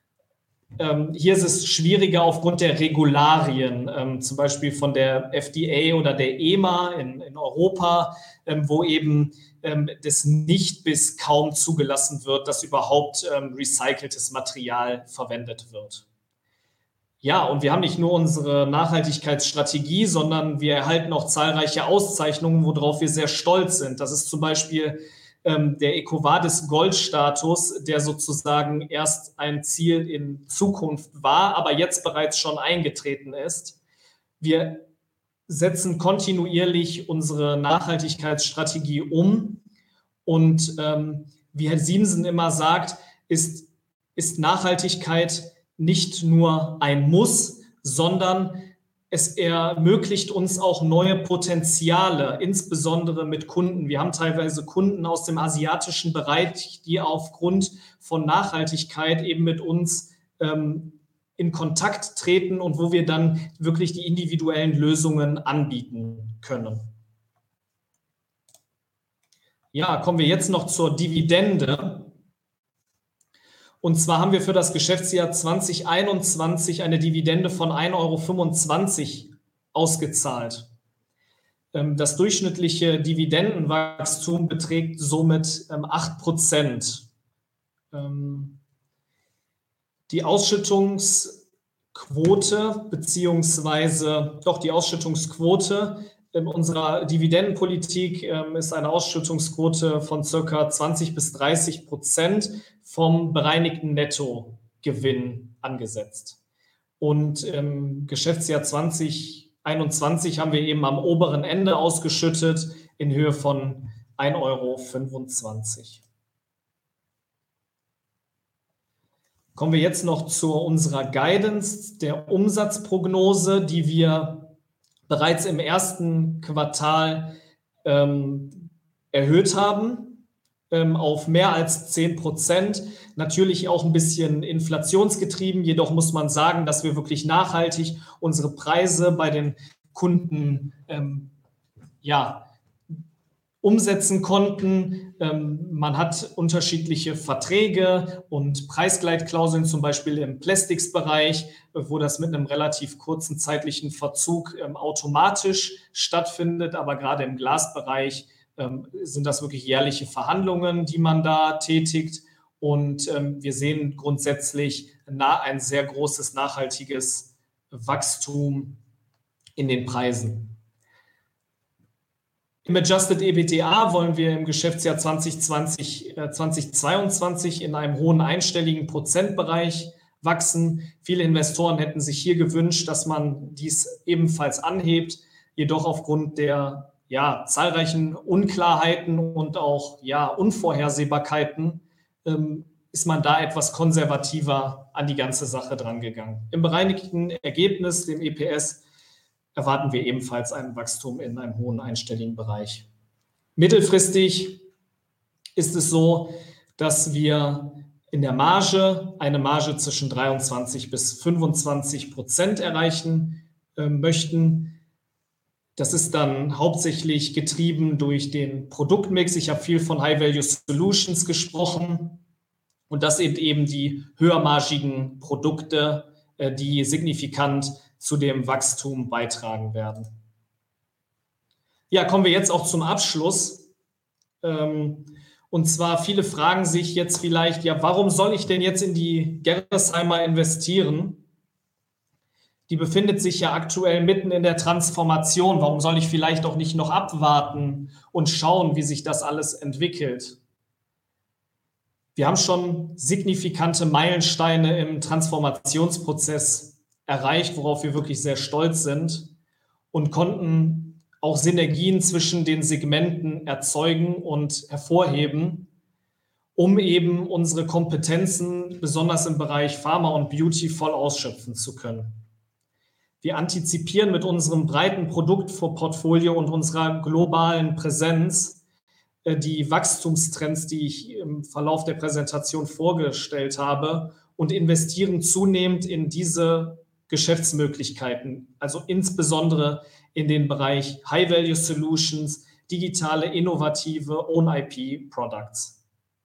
Ähm, hier ist es schwieriger aufgrund der Regularien, ähm, zum Beispiel von der F D A oder der E M A in, in Europa, ähm, wo eben ähm, das nicht bis kaum zugelassen wird, dass überhaupt ähm, recyceltes Material verwendet wird. Ja, und wir haben nicht nur unsere Nachhaltigkeitsstrategie, sondern wir erhalten auch zahlreiche Auszeichnungen, worauf wir sehr stolz sind. Das ist zum Beispiel ähm, der EcoVadis Goldstatus, der sozusagen erst ein Ziel in Zukunft war, aber jetzt bereits schon eingetreten ist. Wir setzen kontinuierlich unsere Nachhaltigkeitsstrategie um und ähm, wie Herr Siemsen immer sagt, ist, ist Nachhaltigkeit nicht nur ein Muss, sondern es ermöglicht uns auch neue Potenziale, insbesondere mit Kunden. Wir haben teilweise Kunden aus dem asiatischen Bereich, die aufgrund von Nachhaltigkeit eben mit uns ähm, in Kontakt treten und wo wir dann wirklich die individuellen Lösungen anbieten können. Ja, kommen wir jetzt noch zur Dividende. Und zwar haben wir für das Geschäftsjahr zwanzig einundzwanzig eine Dividende von ein Euro fünfundzwanzig ausgezahlt. Das durchschnittliche Dividendenwachstum beträgt somit acht Prozent. Die Ausschüttungsquote beziehungsweise doch die Ausschüttungsquote in unserer Dividendenpolitik ist eine Ausschüttungsquote von circa zwanzig bis dreißig Prozent vom bereinigten Nettogewinn angesetzt. Und im Geschäftsjahr zwanzig einundzwanzig haben wir eben am oberen Ende ausgeschüttet in Höhe von ein Euro fünfundzwanzig. Kommen wir jetzt noch zu unserer Guidance, der Umsatzprognose, die wir bereits im ersten Quartal ähm, erhöht haben ähm, auf mehr als zehn Prozent. Natürlich auch ein bisschen inflationsgetrieben, jedoch muss man sagen, dass wir wirklich nachhaltig unsere Preise bei den Kunden ähm, ja, umsetzen konnten. Ähm, man hat unterschiedliche Verträge und Preisgleitklauseln, zum Beispiel im Plastics-Bereich, wo das mit einem relativ kurzen zeitlichen Verzug ähm, automatisch stattfindet. Aber gerade im Glasbereich ähm, sind das wirklich jährliche Verhandlungen, die man da tätigt. Und ähm, wir sehen grundsätzlich na, ein sehr großes nachhaltiges Wachstum in den Preisen. Im Adjusted EBITDA wollen wir im Geschäftsjahr zwanzig zwanzig, äh, zwanzig zweiundzwanzig in einem hohen einstelligen Prozentbereich wachsen. Viele Investoren hätten sich hier gewünscht, dass man dies ebenfalls anhebt. Jedoch aufgrund der ja, zahlreichen Unklarheiten und auch ja, Unvorhersehbarkeiten ähm, ist man da etwas konservativer an die ganze Sache drangegangen. Im bereinigten Ergebnis, dem E P S, erwarten wir ebenfalls ein Wachstum in einem hohen einstelligen Bereich. Mittelfristig ist es so, dass wir in der Marge eine Marge zwischen dreiundzwanzig bis fünfundzwanzig Prozent erreichen äh, möchten. Das ist dann hauptsächlich getrieben durch den Produktmix. Ich habe viel von High-Value Solutions gesprochen und das sind eben die höhermargigen Produkte, äh, die signifikant zu dem Wachstum beitragen werden. Ja, kommen wir jetzt auch zum Abschluss. Ähm, Und zwar, viele fragen sich jetzt vielleicht, ja, warum soll ich denn jetzt in die Gerresheimer investieren? Die befindet sich ja aktuell mitten in der Transformation. Warum soll ich vielleicht auch nicht noch abwarten und schauen, wie sich das alles entwickelt? Wir haben schon signifikante Meilensteine im Transformationsprozess erreicht, worauf wir wirklich sehr stolz sind und konnten auch Synergien zwischen den Segmenten erzeugen und hervorheben, um eben unsere Kompetenzen, besonders im Bereich Pharma und Beauty, voll ausschöpfen zu können. Wir antizipieren mit unserem breiten Produktportfolio und unserer globalen Präsenz die Wachstumstrends, die ich im Verlauf der Präsentation vorgestellt habe, und investieren zunehmend in diese Geschäftsmöglichkeiten, also insbesondere in den Bereich High-Value Solutions, digitale, innovative Own-I P-Products.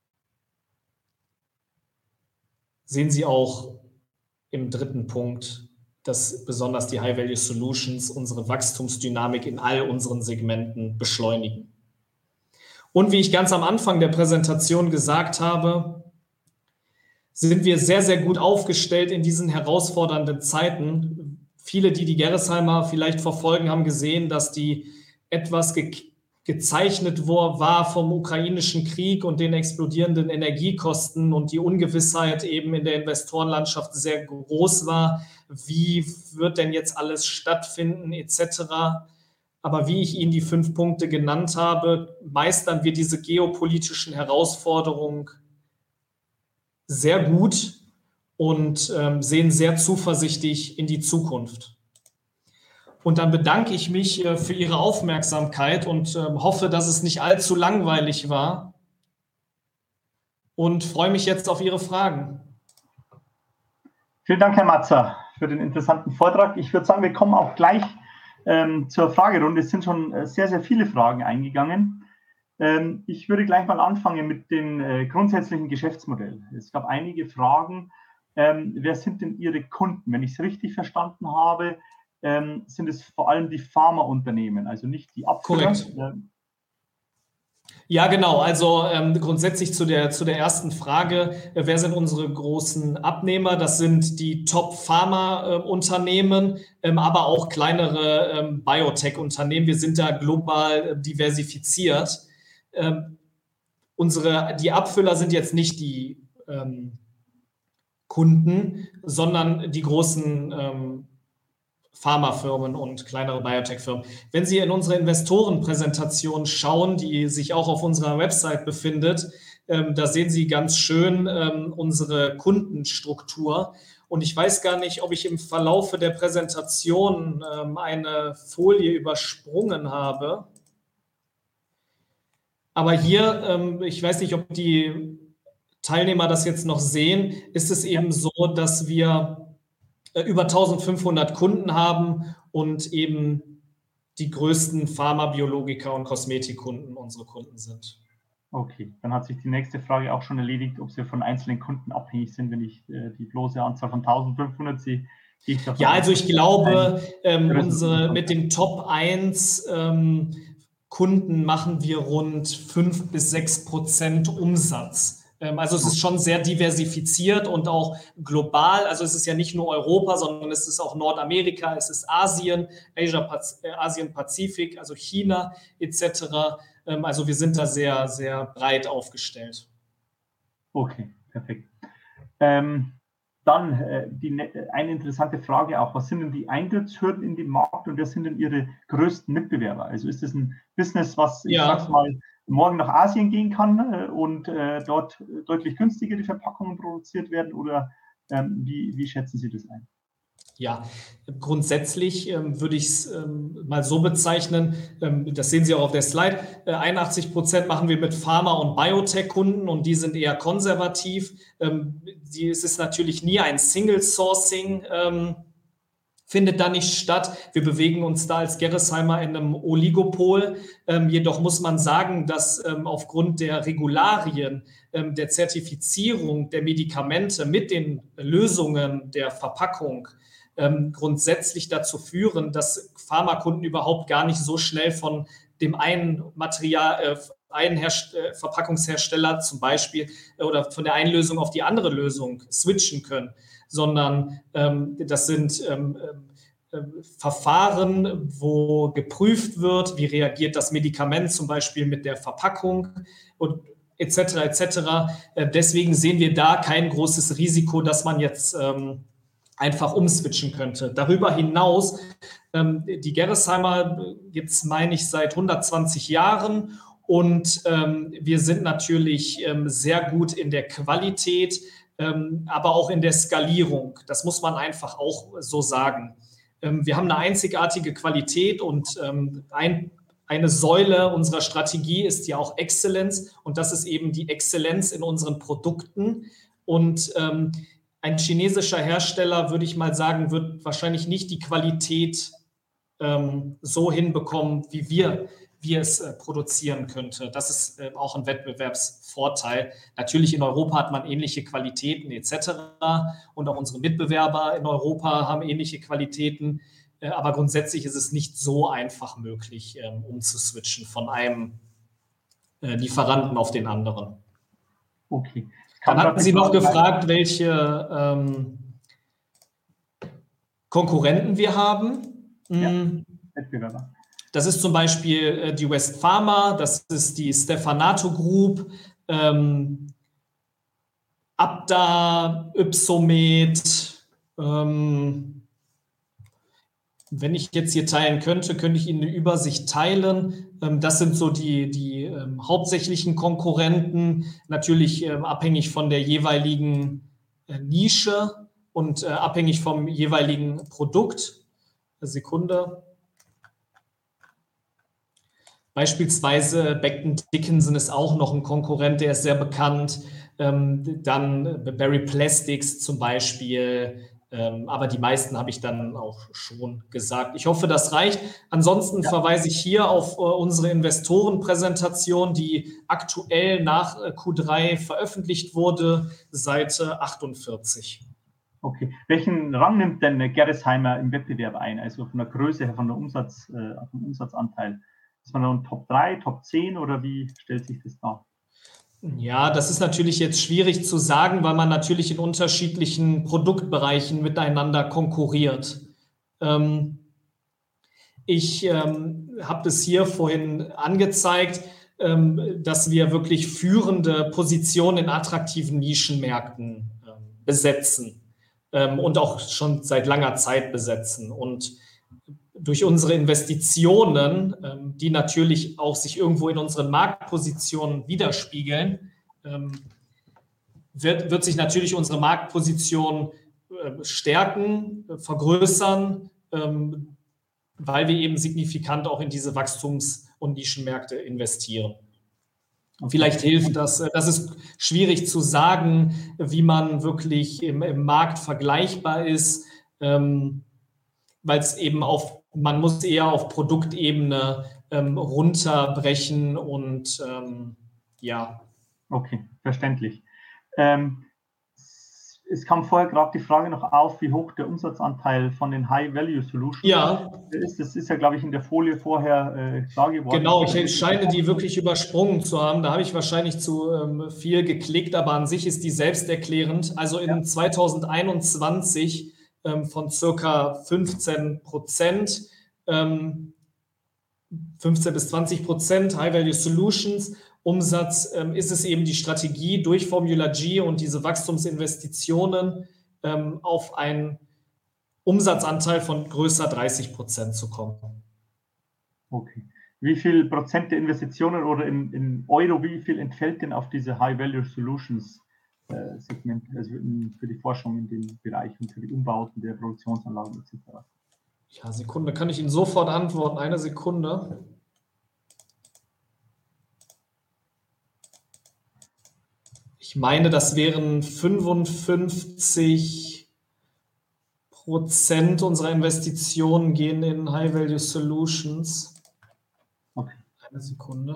Sehen Sie auch im dritten Punkt, dass besonders die High-Value Solutions unsere Wachstumsdynamik in all unseren Segmenten beschleunigen. Und wie ich ganz am Anfang der Präsentation gesagt habe, sind wir sehr, sehr gut aufgestellt in diesen herausfordernden Zeiten. Viele, die die Gerresheimer vielleicht verfolgen, haben gesehen, dass die etwas ge gezeichnet war vom ukrainischen Krieg und den explodierenden Energiekosten und die Ungewissheit eben in der Investorenlandschaft sehr groß war. Wie wird denn jetzt alles stattfinden et cetera? Aber wie ich Ihnen die fünf Punkte genannt habe, meistern wir diese geopolitischen Herausforderungen sehr gut und ähm, sehen sehr zuversichtlich in die Zukunft. Und dann bedanke ich mich äh, für Ihre Aufmerksamkeit und äh, hoffe, dass es nicht allzu langweilig war und freue mich jetzt auf Ihre Fragen. Vielen Dank, Herr Matzer, für den interessanten Vortrag. Ich würde sagen, wir kommen auch gleich ähm, zur Fragerunde. Es sind schon äh, sehr, sehr viele Fragen eingegangen. Ähm, ich würde gleich mal anfangen mit dem äh, grundsätzlichen Geschäftsmodell. Es gab einige Fragen. Ähm, wer sind denn Ihre Kunden? Wenn ich es richtig verstanden habe, ähm, sind es vor allem die Pharmaunternehmen, also nicht die Abfüller. Korrekt. Ja, genau. Also ähm, grundsätzlich zu der, zu der ersten Frage, äh, wer sind unsere großen Abnehmer? Das sind die Top-Pharma-Unternehmen, ähm, aber auch kleinere ähm, Biotech-Unternehmen. Wir sind da global äh, diversifiziert. Ähm, unsere, die Abfüller sind jetzt nicht die ähm, Kunden, sondern die großen ähm, Pharmafirmen und kleinere Biotech-Firmen. Wenn Sie in unsere Investorenpräsentation schauen, die sich auch auf unserer Website befindet, ähm, da sehen Sie ganz schön ähm, unsere Kundenstruktur. Und ich weiß gar nicht, ob ich im Verlaufe der Präsentation ähm, eine Folie übersprungen habe. Aber hier, ähm, ich weiß nicht, ob die Teilnehmer das jetzt noch sehen, ist es eben so, dass wir über eintausendfünfhundert Kunden haben und eben die größten Pharma, Biologiker und Kosmetikkunden unsere Kunden sind. Okay, dann hat sich die nächste Frage auch schon erledigt, ob Sie von einzelnen Kunden abhängig sind. Wenn ich äh, die bloße Anzahl von eintausendfünfhundert sehe, gehe ich davon Ja, also ich glaube, ähm, Größen- unsere, mit dem Top eins ähm, Kunden machen wir rund fünf bis sechs Prozent Umsatz. Also es ist schon sehr diversifiziert und auch global. Also es ist ja nicht nur Europa, sondern es ist auch Nordamerika, es ist Asien, Asia, Asien, Pazifik, also China et cetera. Also wir sind da sehr, sehr breit aufgestellt. Okay, perfekt. Ähm, dann äh, die, eine interessante Frage auch. Was sind denn die Eintrittshürden in den Markt und wer sind denn Ihre größten Mitbewerber? Also ist das ein Business, was, ich ja. sag's mal, morgen nach Asien gehen kann äh, und äh, dort deutlich günstigere Verpackungen produziert werden oder ähm, wie, wie schätzen Sie das ein? Ja, grundsätzlich ähm, würde ich es ähm, mal so bezeichnen, ähm, das sehen Sie auch auf der Slide, äh, einundachtzig Prozent machen wir mit Pharma- und Biotech-Kunden und die sind eher konservativ. Ähm, die, es ist natürlich nie ein Single-Sourcing, ähm, findet da nicht statt. Wir bewegen uns da als Gerresheimer in einem Oligopol. Ähm, jedoch muss man sagen, dass ähm, aufgrund der Regularien, ähm, der Zertifizierung der Medikamente mit den Lösungen der Verpackung ähm, grundsätzlich dazu führen, dass Pharmakunden überhaupt gar nicht so schnell von dem einen Material, äh, einen Herst- äh, Verpackungshersteller zum Beispiel äh, oder von der einen Lösung auf die andere Lösung switchen können, sondern ähm, das sind ähm, äh, Verfahren, wo geprüft wird, wie reagiert das Medikament zum Beispiel mit der Verpackung und et cetera et cetera. Äh, deswegen sehen wir da kein großes Risiko, dass man jetzt ähm, einfach umswitchen könnte. Darüber hinaus, ähm, die Gerresheimer gibt es, meine ich, seit hundertzwanzig Jahren und ähm, wir sind natürlich ähm, sehr gut in der Qualität, ähm, aber auch in der Skalierung. Das muss man einfach auch so sagen. Ähm, wir haben eine einzigartige Qualität und ähm, ein Eine Säule unserer Strategie ist ja auch Exzellenz und das ist eben die Exzellenz in unseren Produkten. Und ähm, ein chinesischer Hersteller, würde ich mal sagen, wird wahrscheinlich nicht die Qualität ähm, so hinbekommen, wie wir, wir es äh, produzieren könnte. Das ist äh, auch ein Wettbewerbsvorteil. Natürlich in Europa hat man ähnliche Qualitäten et cetera. Und auch unsere Mitbewerber in Europa haben ähnliche Qualitäten. Aber grundsätzlich ist es nicht so einfach möglich, ähm, umzuswitchen von einem äh, Lieferanten auf den anderen. Okay. Dann hatten Sie noch gefragt, welche ähm, Konkurrenten wir haben. Ja, das ist zum Beispiel äh, die West Pharma, das ist die Stevanato Group, ähm, Aptar, Ypsomed, ähm, wenn ich jetzt hier teilen könnte, könnte ich Ihnen eine Übersicht teilen. Das sind so die, die ähm, hauptsächlichen Konkurrenten, natürlich ähm, abhängig von der jeweiligen äh, Nische und äh, abhängig vom jeweiligen Produkt. Eine Sekunde. Beispielsweise Becton Dickinson ist auch noch ein Konkurrent, der ist sehr bekannt. Ähm, dann Berry Plastics zum Beispiel. Ähm, aber die meisten habe ich dann auch schon gesagt. Ich hoffe, das reicht. Ansonsten ja. verweise ich hier auf äh, unsere Investorenpräsentation, die aktuell nach äh, Q drei veröffentlicht wurde, Seite achtundvierzig. Okay. Welchen Rang nimmt denn Gerresheimer im Wettbewerb ein? Also von der Größe her, von der Umsatz, äh, vom Umsatzanteil? Ist man dann Top drei, Top zehn oder wie stellt sich das dar? Ja, das ist natürlich jetzt schwierig zu sagen, weil man natürlich in unterschiedlichen Produktbereichen miteinander konkurriert. Ähm, ich ähm, habe das hier vorhin angezeigt, ähm, dass wir wirklich führende Positionen in attraktiven Nischenmärkten ähm, besetzen ähm, und auch schon seit langer Zeit besetzen. Und durch unsere Investitionen, ähm, die natürlich auch sich irgendwo in unseren Marktpositionen widerspiegeln, ähm, wird, wird sich natürlich unsere Marktposition äh, stärken, äh, vergrößern, ähm, weil wir eben signifikant auch in diese Wachstums- und Nischenmärkte investieren. Okay. Vielleicht hilft das. Das ist schwierig zu sagen, wie man wirklich im, im Markt vergleichbar ist, ähm, weil es eben auf man muss eher auf Produktebene ähm, runterbrechen und ähm, ja. Okay, verständlich. Ähm, es kam vorher gerade die Frage noch auf, wie hoch der Umsatzanteil von den High-Value-Solutions ja. ist. Das ist ja, glaube ich, in der Folie vorher äh, klar geworden. Genau, ich scheine die wirklich übersprungen zu haben. Da habe ich wahrscheinlich zu ähm, viel geklickt, aber an sich ist die selbsterklärend. Also in ja. zweitausendeinundzwanzig ähm, von circa fünfzehn Prozent, ähm, fünfzehn bis zwanzig Prozent High-Value Solutions Umsatz ähm, ist es eben die Strategie durch Formula G und diese Wachstumsinvestitionen ähm, auf einen Umsatzanteil von größer dreißig Prozent zu kommen. Okay. Wie viel Prozent der Investitionen oder in, in Euro, wie viel entfällt denn auf diese High-Value Solutions äh, Segment, also in, für die Forschung in dem Bereich und für die Umbauten der Produktionsanlagen et cetera? Ja, Sekunde, kann ich Ihnen sofort antworten. Eine Sekunde. Ich meine, das wären fünfundfünfzig Prozent unserer Investitionen gehen in High-Value Solutions. Okay. Eine Sekunde.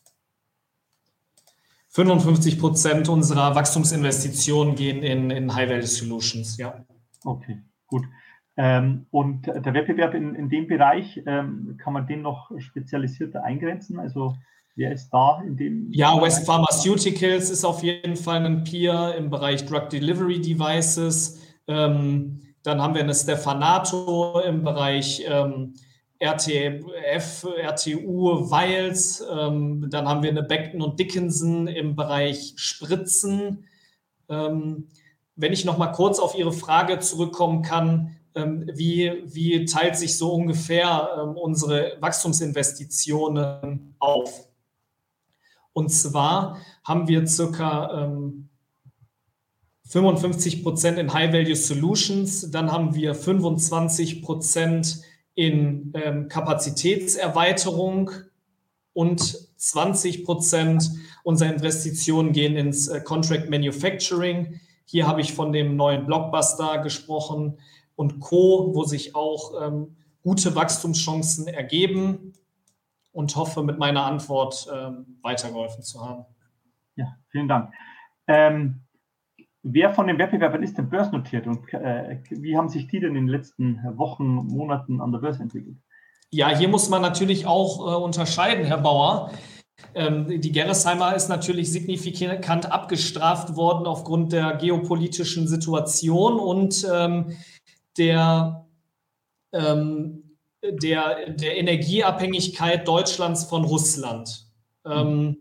fünfundfünfzig Prozent unserer Wachstumsinvestitionen gehen in, in High-Value Solutions, ja. Okay, gut. Ähm, und der Wettbewerb in, in dem Bereich, ähm, kann man den noch spezialisierter eingrenzen? Also Wer ist da in dem? Ja, West Pharmaceuticals ist auf jeden Fall ein Peer im Bereich Drug Delivery Devices. Ähm, dann haben wir eine Stevanato im Bereich ähm, R T F, R T U, Vials. Ähm, dann haben wir eine Becton und Dickinson im Bereich Spritzen. Ähm, wenn ich noch mal kurz auf Ihre Frage zurückkommen kann, ähm, wie, wie teilt sich so ungefähr ähm, unsere Wachstumsinvestitionen auf? Und zwar haben wir circa ähm, fünfundfünfzig Prozent in High-Value Solutions, dann haben wir fünfundzwanzig Prozent in ähm, Kapazitätserweiterung und zwanzig Prozent unserer Investitionen gehen ins äh, Contract Manufacturing. Hier habe ich von dem neuen Blockbuster gesprochen und Co., wo sich auch ähm, gute Wachstumschancen ergeben. Und hoffe, mit meiner Antwort ähm, weitergeholfen zu haben. Ja, vielen Dank. Ähm, wer von den Wettbewerbern ist denn börsennotiert und äh, wie haben sich die denn in den letzten Wochen, Monaten an der Börse entwickelt? Ja, hier muss man natürlich auch äh, unterscheiden, Herr Bauer. Ähm, die Gerresheimer ist natürlich signifikant abgestraft worden aufgrund der geopolitischen Situation und ähm, der ähm, Der, der Energieabhängigkeit Deutschlands von Russland. Ähm,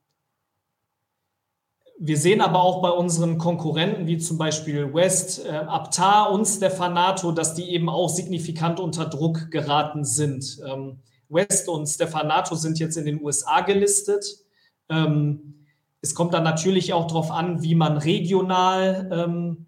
wir sehen aber auch bei unseren Konkurrenten, wie zum Beispiel West, äh, Aptar und Stevanato, dass die eben auch signifikant unter Druck geraten sind. Ähm, West und Stevanato sind jetzt in den U S A gelistet. Ähm, es kommt dann natürlich auch darauf an, wie man regional ähm,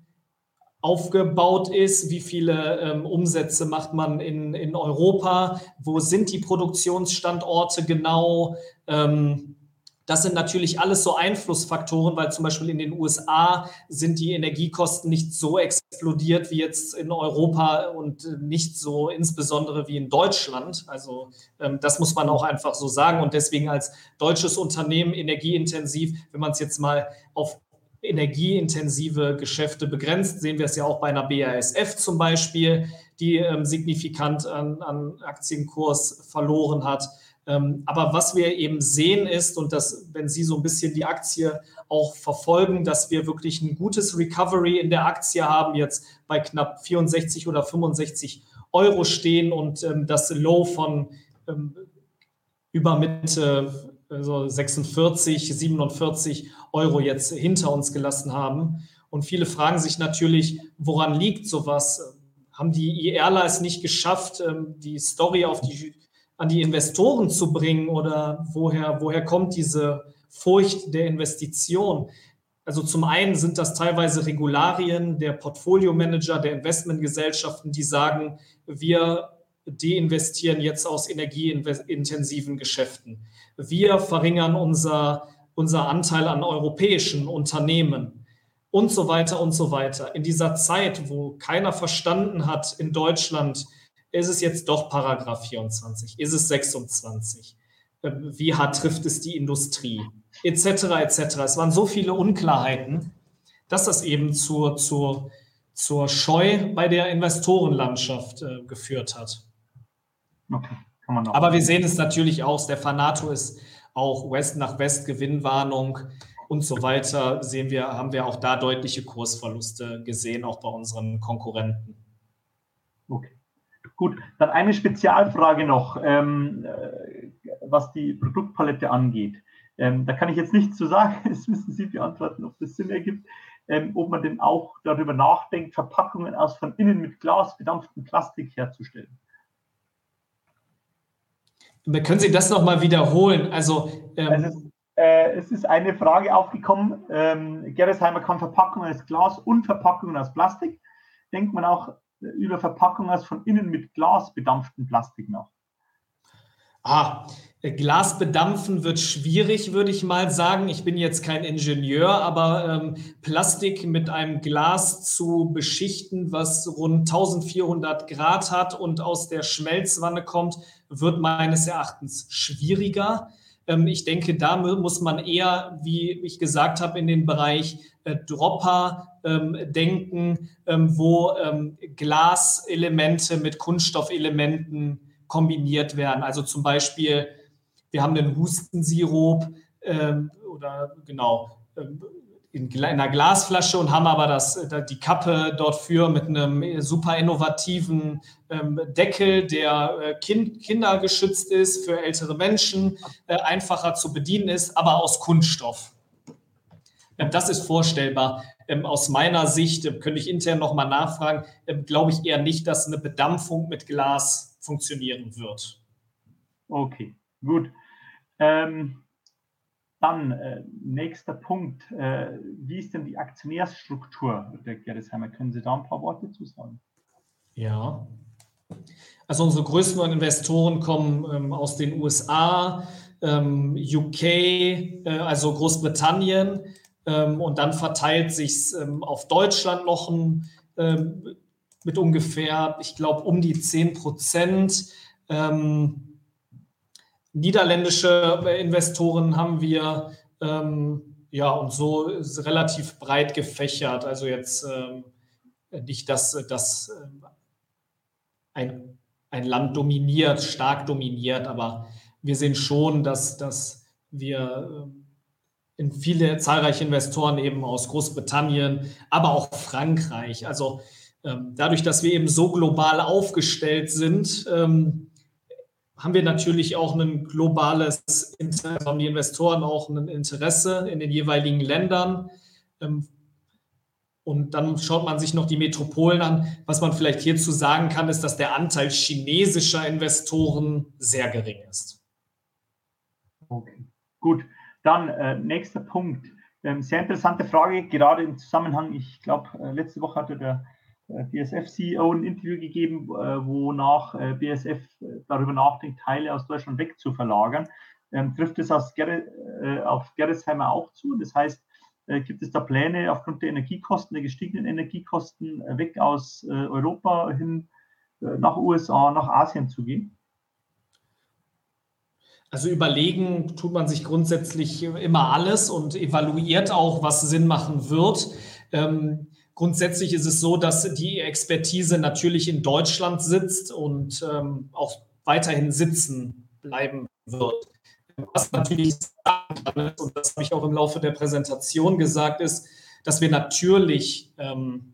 aufgebaut ist, wie viele ähm, Umsätze macht man in, in Europa, wo sind die Produktionsstandorte genau. Ähm, das sind natürlich alles so Einflussfaktoren, weil zum Beispiel in den U S A sind die Energiekosten nicht so explodiert wie jetzt in Europa und nicht so insbesondere wie in Deutschland. Also ähm, das muss man auch einfach so sagen und deswegen als deutsches Unternehmen energieintensiv, wenn man es jetzt mal auf energieintensive Geschäfte begrenzt. Sehen wir es ja auch bei einer B A S F zum Beispiel, die ähm, signifikant an, an Aktienkurs verloren hat. Ähm, aber was wir eben sehen ist, und das, wenn Sie so ein bisschen die Aktie auch verfolgen, dass wir wirklich ein gutes Recovery in der Aktie haben, jetzt bei knapp vierundsechzig oder fünfundsechzig Euro stehen und ähm, das Low von ähm, über Mitte also sechsundvierzig, siebenundvierzig Euro jetzt hinter uns gelassen haben. Und viele fragen sich natürlich, woran liegt sowas? Haben die I R es nicht geschafft, die Story auf die, an die Investoren zu bringen? Oder woher, woher kommt diese Furcht der Investition? Also zum einen sind das teilweise Regularien der Portfolio-Manager, der Investmentgesellschaften, die sagen, wir deinvestieren jetzt aus energieintensiven Geschäften. Wir verringern unser, unser Anteil an europäischen Unternehmen und so weiter und so weiter. In dieser Zeit, wo keiner verstanden hat in Deutschland, ist es jetzt doch Paragraph vierundzwanzig, ist es sechsundzwanzig, wie hart trifft es die Industrie, et cetera et cetera. Es waren so viele Unklarheiten, dass das eben zur, zur, zur Scheu bei der Investorenlandschaft äh, geführt hat. Okay, kann man noch. Aber wir sehen es natürlich auch, Stevanato ist auch West nach West Gewinnwarnung und so weiter, sehen wir, haben wir auch da deutliche Kursverluste gesehen, auch bei unseren Konkurrenten. Okay, gut. Dann eine Spezialfrage noch, ähm, was die Produktpalette angeht. Ähm, da kann ich jetzt nichts zu sagen, das müssen Sie beantworten, ob das Sinn ergibt. Ähm, ob man denn auch darüber nachdenkt, Verpackungen aus von innen mit Glas bedampftem Plastik herzustellen. Können Sie das nochmal wiederholen? Also, ähm es, ist, äh, es ist eine Frage aufgekommen, ähm, Gerresheimer kann Verpackungen aus Glas und Verpackungen aus Plastik. Denkt man auch über Verpackungen aus von innen mit Glas bedampftem Plastik nach? Ah, Glas bedampfen wird schwierig, würde ich mal sagen. Ich bin jetzt kein Ingenieur, aber ähm, Plastik mit einem Glas zu beschichten, was rund eintausendvierhundert Grad hat und aus der Schmelzwanne kommt, wird meines Erachtens schwieriger. Ähm, ich denke, da muss man eher, wie ich gesagt habe, in den Bereich äh, Dropper ähm, denken, ähm, wo ähm, Glaselemente mit Kunststoffelementen kombiniert werden. Also zum Beispiel, wir wir haben den Hustensirup ähm, oder genau ähm, in, in einer Glasflasche und haben aber das, die Kappe dort für mit einem super innovativen ähm, Deckel, der äh, kind, kindergeschützt ist, für ältere Menschen äh, einfacher zu bedienen ist, aber aus Kunststoff. Ähm, das ist vorstellbar. Ähm, aus meiner Sicht, äh, könnte ich intern nochmal nachfragen, äh, glaube ich eher nicht, dass eine Bedampfung mit Glas funktionieren wird. Okay, gut. Ähm, dann äh, nächster Punkt. Äh, wie ist denn die Aktionärsstruktur der Gerresheimer? Können Sie da ein paar Worte zu sagen? Ja, also unsere größten Investoren kommen ähm, aus den U S A, ähm, U K, äh, also Großbritannien, ähm, und dann verteilt sich ähm, auf Deutschland noch ein, ähm, mit ungefähr, ich glaube, um die zehn Prozent. Ähm, niederländische Investoren haben wir, ähm, ja, und so ist relativ breit gefächert. Also jetzt ähm, nicht, dass das ähm, ein, ein Land dominiert, stark dominiert, aber wir sehen schon, dass, dass wir ähm, in viele zahlreiche Investoren eben aus Großbritannien, aber auch Frankreich. Also ähm, dadurch, dass wir eben so global aufgestellt sind, ähm, haben wir natürlich auch ein globales Interesse, haben die Investoren auch ein Interesse in den jeweiligen Ländern. Ähm, und dann schaut man sich noch die Metropolen an. Was man vielleicht hierzu sagen kann, ist, dass der Anteil chinesischer Investoren sehr gering ist. Okay, gut. Dann äh, nächster Punkt. Ähm, sehr interessante Frage, gerade im Zusammenhang, ich glaube, äh, letzte Woche hatte der äh, B S F-C E O ein Interview gegeben, äh, wonach äh, B S F äh, darüber nachdenkt, Teile aus Deutschland wegzuverlagern. Ähm, trifft es aus Ger äh, auf Gerresheimer auch zu? Das heißt, äh, gibt es da Pläne, aufgrund der Energiekosten, der gestiegenen Energiekosten, äh, weg aus äh, Europa hin äh, nach U S A, nach Asien zu gehen? Also überlegen tut man sich grundsätzlich immer alles und evaluiert auch, was Sinn machen wird. Ähm, grundsätzlich ist es so, dass die Expertise natürlich in Deutschland sitzt und ähm, auch weiterhin sitzen bleiben wird. Was natürlich sagen kann, und das habe ich auch im Laufe der Präsentation gesagt, ist, dass wir natürlich ähm,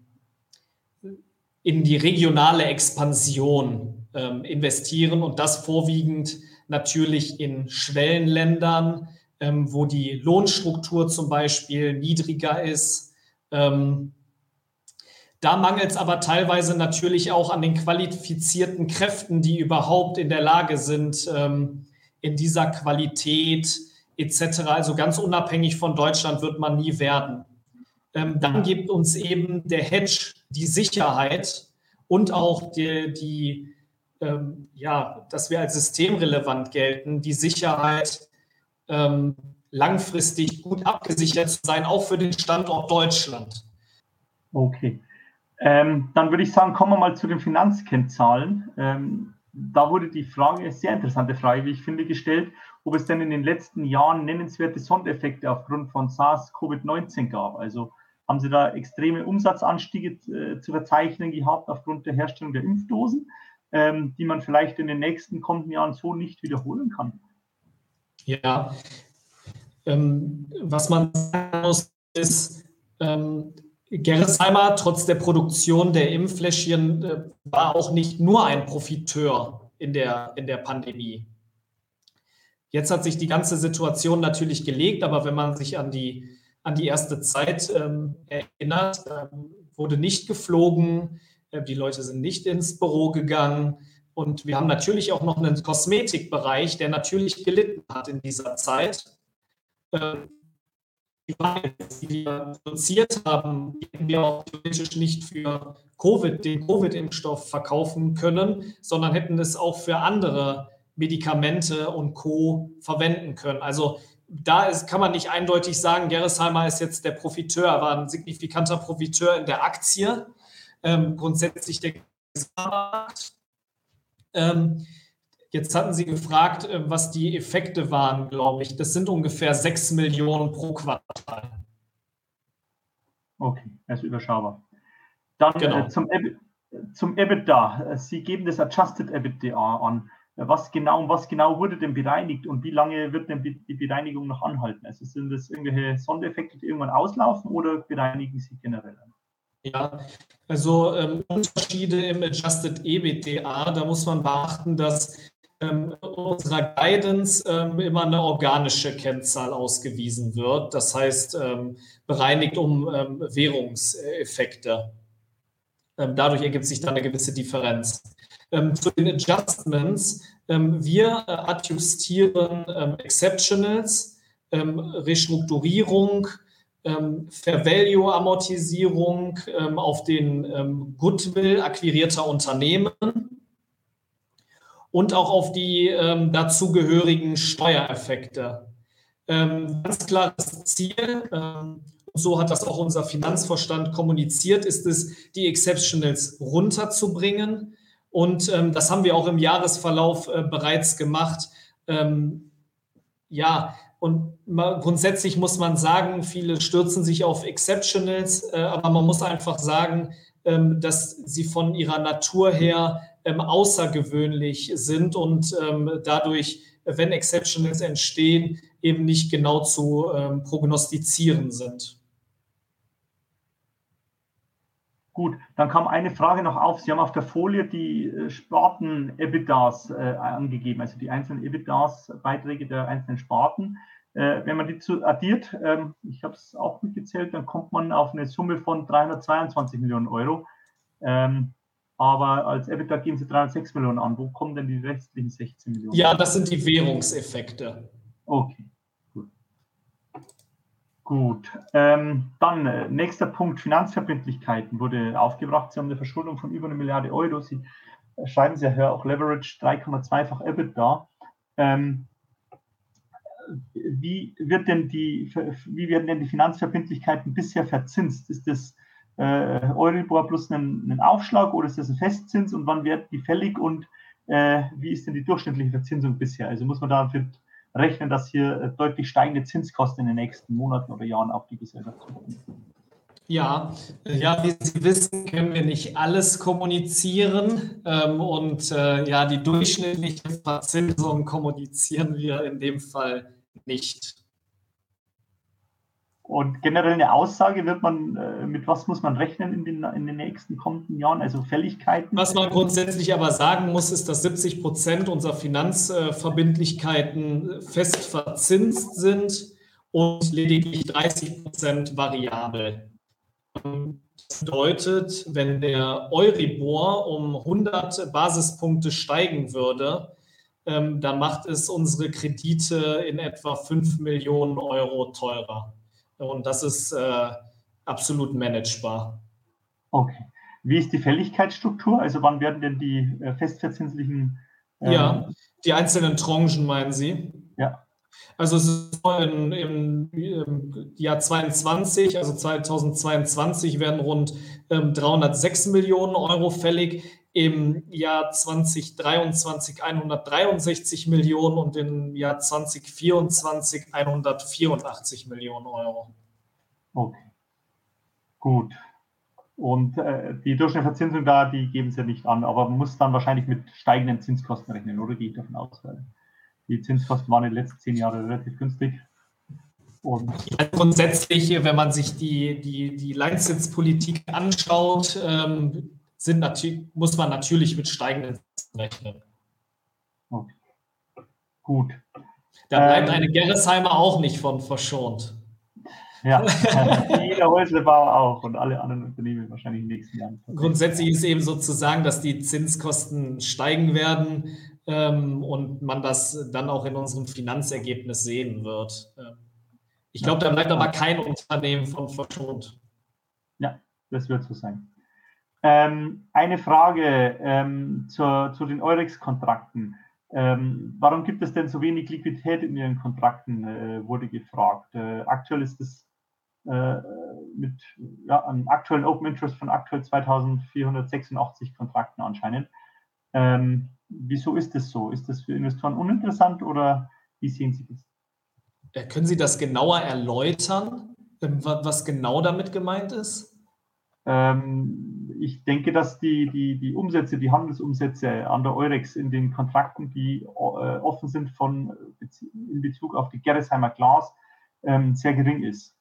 in die regionale Expansion ähm, investieren und das vorwiegend natürlich in Schwellenländern, ähm, wo die Lohnstruktur zum Beispiel niedriger ist. Ähm, da mangelt es aber teilweise natürlich auch an den qualifizierten Kräften, die überhaupt in der Lage sind, ähm, in dieser Qualität et cetera. Also ganz unabhängig von Deutschland wird man nie werden. Ähm, dann gibt uns eben der Hedge die Sicherheit und auch die, die ähm, ja, dass wir als systemrelevant gelten, die Sicherheit, ähm, langfristig gut abgesichert zu sein, auch für den Standort Deutschland. Okay. Ähm, dann würde ich sagen, kommen wir mal zu den Finanzkennzahlen. Ähm, da wurde die Frage, eine sehr interessante Frage, wie ich finde, gestellt, ob es denn in den letzten Jahren nennenswerte Sondereffekte aufgrund von SARS-Covid neunzehn gab. Also haben Sie da extreme Umsatzanstiege äh, zu verzeichnen gehabt aufgrund der Herstellung der Impfdosen, ähm, die man vielleicht in den nächsten kommenden Jahren so nicht wiederholen kann? Ja, ähm, was man sagen muss, ist, ähm, Gerresheimer, trotz der Produktion der Impffläschchen, äh, war auch nicht nur ein Profiteur in der, in der Pandemie. Jetzt hat sich die ganze Situation natürlich gelegt, aber wenn man sich an die, an die erste Zeit ähm, erinnert, ähm, wurde nicht geflogen, äh, die Leute sind nicht ins Büro gegangen und wir haben natürlich auch noch einen Kosmetikbereich, der natürlich gelitten hat in dieser Zeit. Ähm, die Weine, die wir produziert haben, die hätten wir auch theoretisch nicht für Covid, den Covid-Impfstoff verkaufen können, sondern hätten es auch für andere Medikamente und Co. verwenden können. Also da ist, kann man nicht eindeutig sagen, Gerresheimer ist jetzt der Profiteur, war ein signifikanter Profiteur in der Aktie, ähm, grundsätzlich der Gesamtmarkt. Ähm, Jetzt hatten Sie gefragt, was die Effekte waren, glaube ich. Das sind ungefähr sechs Millionen pro Quartal. Okay, also überschaubar. Dann Genau. äh, zum, zum EBITDA. Sie geben das Adjusted EBITDA an. Was genau, was genau wurde denn bereinigt und wie lange wird denn die Bereinigung noch anhalten? Also sind das irgendwelche Sondereffekte, die irgendwann auslaufen oder bereinigen Sie generell? Ja, also ähm, Unterschiede im Adjusted EBITDA, da muss man beachten, dass ähm, unserer Guidance ähm, immer eine organische Kennzahl ausgewiesen wird. Das heißt, ähm, bereinigt um ähm, Währungseffekte. Ähm, dadurch ergibt sich dann eine gewisse Differenz. Ähm, zu den Adjustments. Ähm, wir äh, adjustieren ähm, Exceptionals, ähm, Restrukturierung, ähm, Fair Value Amortisierung ähm, auf den ähm, Goodwill akquirierter Unternehmen und auch auf die ähm, dazugehörigen Steuereffekte. Ähm, ganz klares Ziel, ähm, so hat das auch unser Finanzvorstand kommuniziert, ist es, die Exceptionals runterzubringen. Und ähm, das haben wir auch im Jahresverlauf äh, bereits gemacht. Ähm, ja, und mal, grundsätzlich muss man sagen, viele stürzen sich auf Exceptionals, äh, aber man muss einfach sagen, ähm, dass sie von ihrer Natur her ähm, außergewöhnlich sind und ähm, dadurch, wenn Exceptionals entstehen, eben nicht genau zu ähm, prognostizieren sind. Gut, dann kam eine Frage noch auf. Sie haben auf der Folie die Sparten-EBITDAs äh, angegeben, also die einzelnen EBITDAs-Beiträge der einzelnen Sparten. Äh, wenn man die zu addiert, ähm, ich habe es auch mitgezählt, dann kommt man auf eine Summe von dreihundertzweiundzwanzig Millionen Euro. Ähm, aber als EBITDA geben Sie dreihundertsechs Millionen an. Wo kommen denn die restlichen sechzehn Millionen? Ja, das sind die Währungseffekte. Okay, gut. Gut, ähm, dann äh, nächster Punkt, Finanzverbindlichkeiten wurde aufgebracht. Sie haben eine Verschuldung von über eine Milliarde Euro. Sie äh, schreiben Sie ja hier auch Leverage drei Komma zwei-fach EBITDA. Ähm, wie, wird denn die, wie werden denn die Finanzverbindlichkeiten bisher verzinst? Ist das äh, Euribor plus einen, einen Aufschlag oder ist das ein Festzins und wann werden die fällig und äh, wie ist denn die durchschnittliche Verzinsung bisher? Also muss man dafür rechnen, dass hier deutlich steigende Zinskosten in den nächsten Monaten oder Jahren auf die Gesellschaft zukommen? Ja, ja, wie Sie wissen, können wir nicht alles kommunizieren ähm, und äh, ja, die durchschnittliche Verzinsung kommunizieren wir in dem Fall nicht. Und generell eine Aussage wird man, äh, mit was muss man rechnen in den, in den nächsten kommenden Jahren, also Fälligkeiten? Was man grundsätzlich aber sagen muss, ist, dass siebzig Prozent unserer Finanzverbindlichkeiten fest verzinst sind und lediglich dreißig Prozent variabel. Das bedeutet, wenn der Euribor um hundert Basispunkte steigen würde, ähm, dann macht es unsere Kredite in etwa fünf Millionen Euro teurer. Und das ist äh, absolut managebar. Okay. Wie ist die Fälligkeitsstruktur? Also wann werden denn die äh, festverzinslichen... Ähm, ja, die einzelnen Tranchen meinen Sie? Ja. Also es ist in, im, im Jahr zweiundzwanzig, also zweitausendzweiundzwanzig werden rund ähm, dreihundertsechs Millionen Euro fällig, im Jahr zweitausenddreiundzwanzig hundertdreiundsechzig Millionen und im Jahr zweitausendvierundzwanzig hundertvierundachtzig Millionen Euro. Okay, gut. Und äh, die Durchschnittsverzinsung da, die geben Sie ja nicht an, aber man muss dann wahrscheinlich mit steigenden Zinskosten rechnen, oder gehe ich davon aus? Weil die Zinskosten waren in den letzten zehn Jahren relativ günstig. Und ja, grundsätzlich, wenn man sich die, die, die Leitzinspolitik anschaut, ähm, sind natürlich, muss man natürlich mit steigenden Zinsen rechnen. Okay. Gut. Da bleibt ähm, eine Gerresheimer auch nicht von verschont. Ja, jeder Häuslebauer auch und alle anderen Unternehmen wahrscheinlich in den nächsten Jahren. Grundsätzlich ist eben sozusagen, dass die Zinskosten steigen werden ähm, und man das dann auch in unserem Finanzergebnis sehen wird. Ich glaube, da bleibt aber kein Unternehmen von verschont. Ja, das wird so sein. Ähm, eine Frage ähm, zur, zu den Eurex-Kontrakten. Ähm, warum gibt es denn so wenig Liquidität in Ihren Kontrakten, äh, wurde gefragt. Äh, aktuell ist es äh, mit ja, einem aktuellen Open Interest von aktuell zweitausendvierhundertsechsundachtzig Kontrakten anscheinend. Ähm, wieso ist das so? Ist das für Investoren uninteressant oder wie sehen Sie das? Können Sie das genauer erläutern, was genau damit gemeint ist? Ähm, ich denke, dass die, die, die Umsätze, die Handelsumsätze an der Eurex in den Kontrakten, die äh, offen sind von, in Bezug auf die Gerresheimer Glas, ähm, sehr gering ist.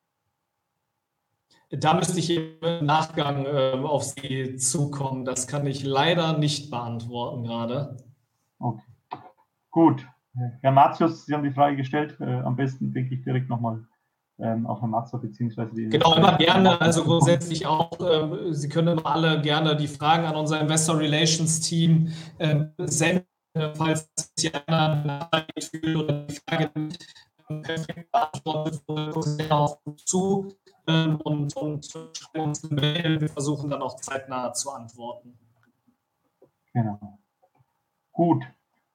Da müsste ich im Nachgang äh, auf Sie zukommen. Das kann ich leider nicht beantworten gerade. Okay, gut. Herr Matius, Sie haben die Frage gestellt. Äh, am besten denke ich direkt nochmal ähm, auf Herrn Matzer beziehungsweise die... Genau, immer gerne. Also grundsätzlich auch, äh, Sie können immer alle gerne die Fragen an unser Investor Relations Team äh, senden, falls Sie einer Nachfrage fühlt oder die Frage nicht perfekt beantwortet wurde, auf uns zu ähm, und, und schreiben uns eine Mail. Wir versuchen dann auch zeitnah zu antworten. Genau. Gut.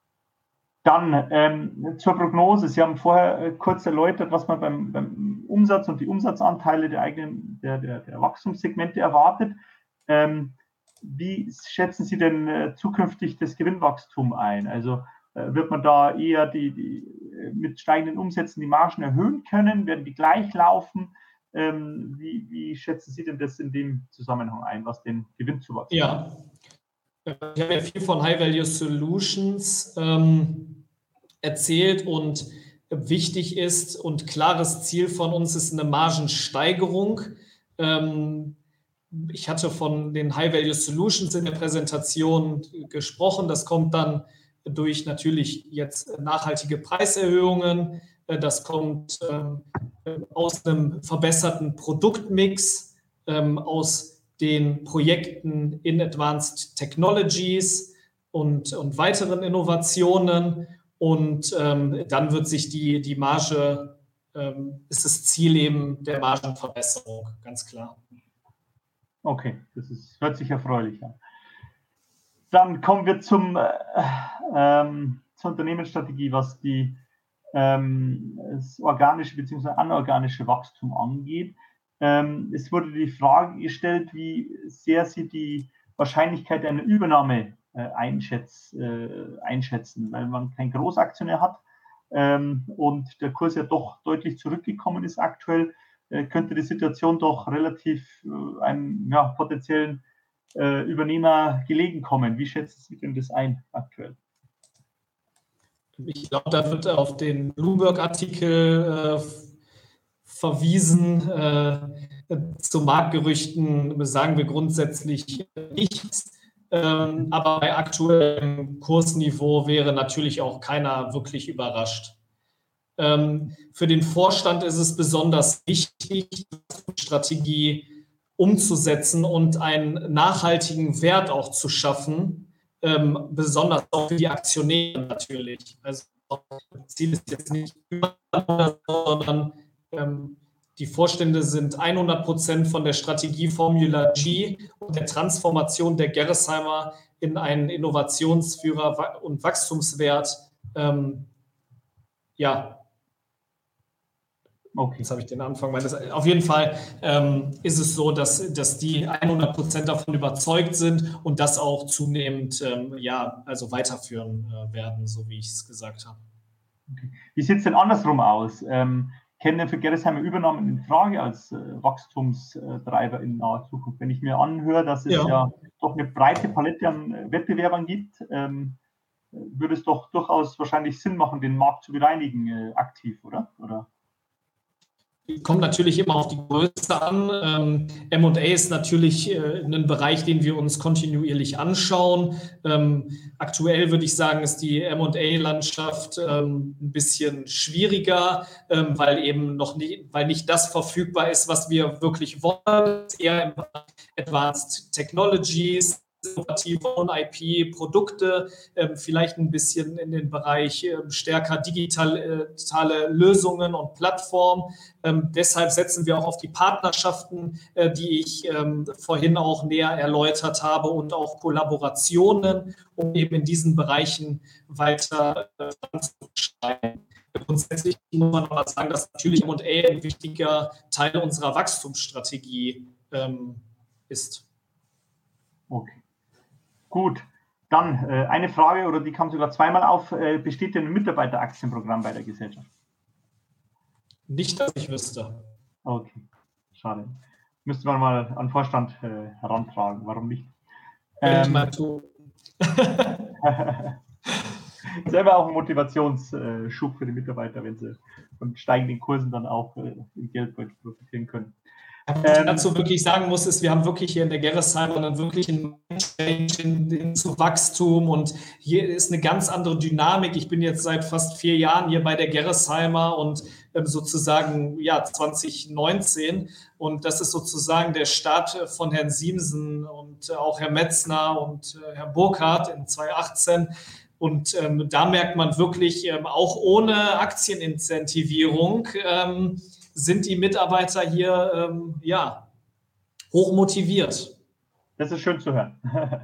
Dann ähm, zur Prognose. Sie haben vorher äh, kurz erläutert, was man beim, beim Umsatz und die Umsatzanteile der eigenen der, der, der Wachstumssegmente erwartet. Ähm, wie schätzen Sie denn äh, zukünftig das Gewinnwachstum ein? Also äh, wird man da eher die, die äh, mit steigenden Umsätzen die Margen erhöhen können? Werden die gleich laufen? Ähm, wie, wie schätzen Sie denn das in dem Zusammenhang ein, was den Gewinnzuwachs Ja. angeht? Ich habe ja viel von High Value Solutions ähm, erzählt und wichtig ist und klares Ziel von uns ist eine Margensteigerung. Ähm, ich hatte von den High Value Solutions in der Präsentation gesprochen. Das kommt dann durch natürlich jetzt nachhaltige Preiserhöhungen. Das kommt ähm, aus einem verbesserten Produktmix, ähm, aus den Projekten in Advanced Technologies und, und weiteren Innovationen. Und ähm, dann wird sich die, die Marge, ähm, ist das Ziel eben der Margenverbesserung, ganz klar. Okay, das ist, hört sich erfreulich an. Dann kommen wir zum, äh, ähm, zur Unternehmensstrategie, was die, ähm, das organische bzw. anorganische Wachstum angeht. Ähm, es wurde die Frage gestellt, wie sehr Sie die Wahrscheinlichkeit einer Übernahme äh, einschätz, äh, einschätzen, weil man keinen Großaktionär hat ähm, und der Kurs ja doch deutlich zurückgekommen ist aktuell, äh, könnte die Situation doch relativ äh, einem ja, potenziellen äh, Übernehmer gelegen kommen. Wie schätzen Sie denn das ein aktuell? Ich glaube, da wird auf den Bloomberg-Artikel äh, verwiesen. Äh, zu Marktgerüchten sagen wir grundsätzlich nichts. Ähm, aber bei aktuellem Kursniveau wäre natürlich auch keiner wirklich überrascht. Ähm, für den Vorstand ist es besonders wichtig, die Strategie umzusetzen und einen nachhaltigen Wert auch zu schaffen, ähm, besonders auch für die Aktionäre natürlich. Also das Ziel ist jetzt nicht über, sondern ähm, die Vorstände sind hundert Prozent von der Strategie Formula G und der Transformation der Gerresheimer in einen Innovationsführer und Wachstumswert. Ähm, ja, Okay. Jetzt habe ich den Anfang meines. Auf jeden Fall ähm, ist es so, dass, dass die hundert Prozent davon überzeugt sind und das auch zunehmend ähm, ja, also weiterführen äh, werden, so wie ich es gesagt habe. Okay. Wie sieht es denn andersrum aus? Ähm, kämen denn für Gerresheimer Übernahmen in Frage als äh, Wachstumstreiber in naher Zukunft? Wenn ich mir anhöre, dass es ja, ja doch eine breite Palette an Wettbewerbern gibt, ähm, würde es doch durchaus wahrscheinlich Sinn machen, den Markt zu bereinigen, äh, aktiv, oder? oder? Kommt natürlich immer auf die Größe an. Ähm, M und A ist natürlich äh, ein Bereich, den wir uns kontinuierlich anschauen. Ähm, aktuell würde ich sagen, ist die M und A-Landschaft ähm, ein bisschen schwieriger, ähm, weil eben noch nicht, weil nicht das verfügbar ist, was wir wirklich wollen. Eher im Bereich Advanced Technologies, innovative I P-Produkte, äh, vielleicht ein bisschen in den Bereich äh, stärker digitale, digitale Lösungen und Plattformen. Ähm, deshalb setzen wir auch auf die Partnerschaften, äh, die ich ähm, vorhin auch näher erläutert habe und auch Kollaborationen, um eben in diesen Bereichen weiter äh, voranzuschreiten. Grundsätzlich muss man noch mal sagen, dass natürlich M und A ein wichtiger Teil unserer Wachstumsstrategie ähm, ist. Okay. Gut, dann äh, eine Frage, oder die kam sogar zweimal auf. Äh, besteht denn ein Mitarbeiteraktienprogramm bei der Gesellschaft? Nicht, dass ich wüsste. Okay, schade. Müsste man mal an den Vorstand äh, herantragen, warum nicht? Ähm, ich mal tun. Selber auch ein Motivationsschub für die Mitarbeiter, wenn sie von steigenden Kursen dann auch äh, im Geldbeutel profitieren können. Was ich dazu wirklich sagen muss, ist, wir haben wirklich hier in der Gerresheimer einen wirklichen Change hin, hin zu Wachstum und hier ist eine ganz andere Dynamik. Ich bin jetzt seit fast vier Jahren hier bei der Gerresheimer und ähm, sozusagen ja zwanzig neunzehn und das ist sozusagen der Start von Herrn Siemsen und äh, auch Herr Metzner und äh, Herr Burkhardt in zwanzig achtzehn. Und ähm, da merkt man wirklich, ähm, auch ohne Aktienincentivierung, ähm, sind die Mitarbeiter hier ähm, ja, hoch motiviert. Das ist schön zu hören.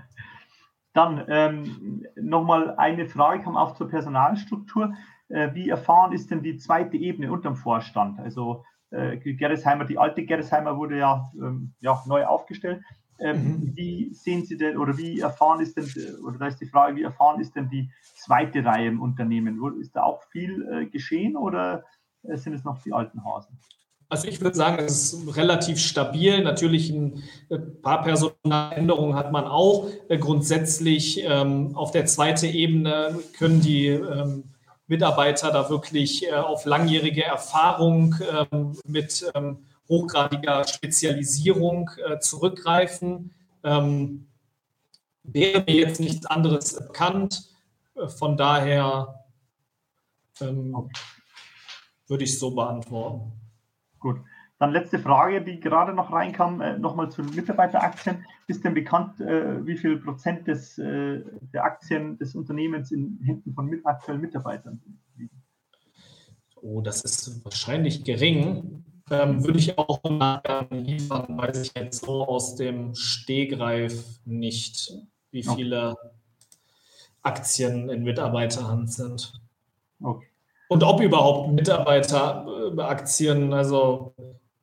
Dann ähm, nochmal eine Frage kam auf zur Personalstruktur. Äh, wie erfahren ist denn die zweite Ebene unterm Vorstand? Also äh, Gerresheimer, die alte Gerresheimer wurde ja, ähm, ja neu aufgestellt. Ähm, mhm. Wie sehen Sie denn oder wie erfahren ist denn, oder da ist die Frage, wie erfahren ist denn die zweite Reihe im Unternehmen? Ist da auch viel äh, geschehen oder äh, sind es noch die alten Hasen? Also ich würde sagen, es ist relativ stabil. Natürlich ein paar Personaländerungen hat man auch. Grundsätzlich ähm, auf der zweiten Ebene können die ähm, Mitarbeiter da wirklich äh, auf langjährige Erfahrung ähm, mit ähm, hochgradiger Spezialisierung äh, zurückgreifen. Ähm, wäre mir jetzt nichts anderes bekannt. Von daher ähm, würde ich es so beantworten. Gut. Dann letzte Frage, die gerade noch reinkam, äh, nochmal zu den Mitarbeiteraktien. Ist denn bekannt, äh, wie viel Prozent des, äh, der Aktien des Unternehmens in Händen von mit, aktuellen Mitarbeitern liegen? Oh, das ist wahrscheinlich gering. Ähm, würde ich auch nachher liefern, weiß ich jetzt so aus dem Stegreif nicht, wie viele okay. Aktien in Mitarbeiterhand sind. Okay. Und ob überhaupt Mitarbeiteraktien, also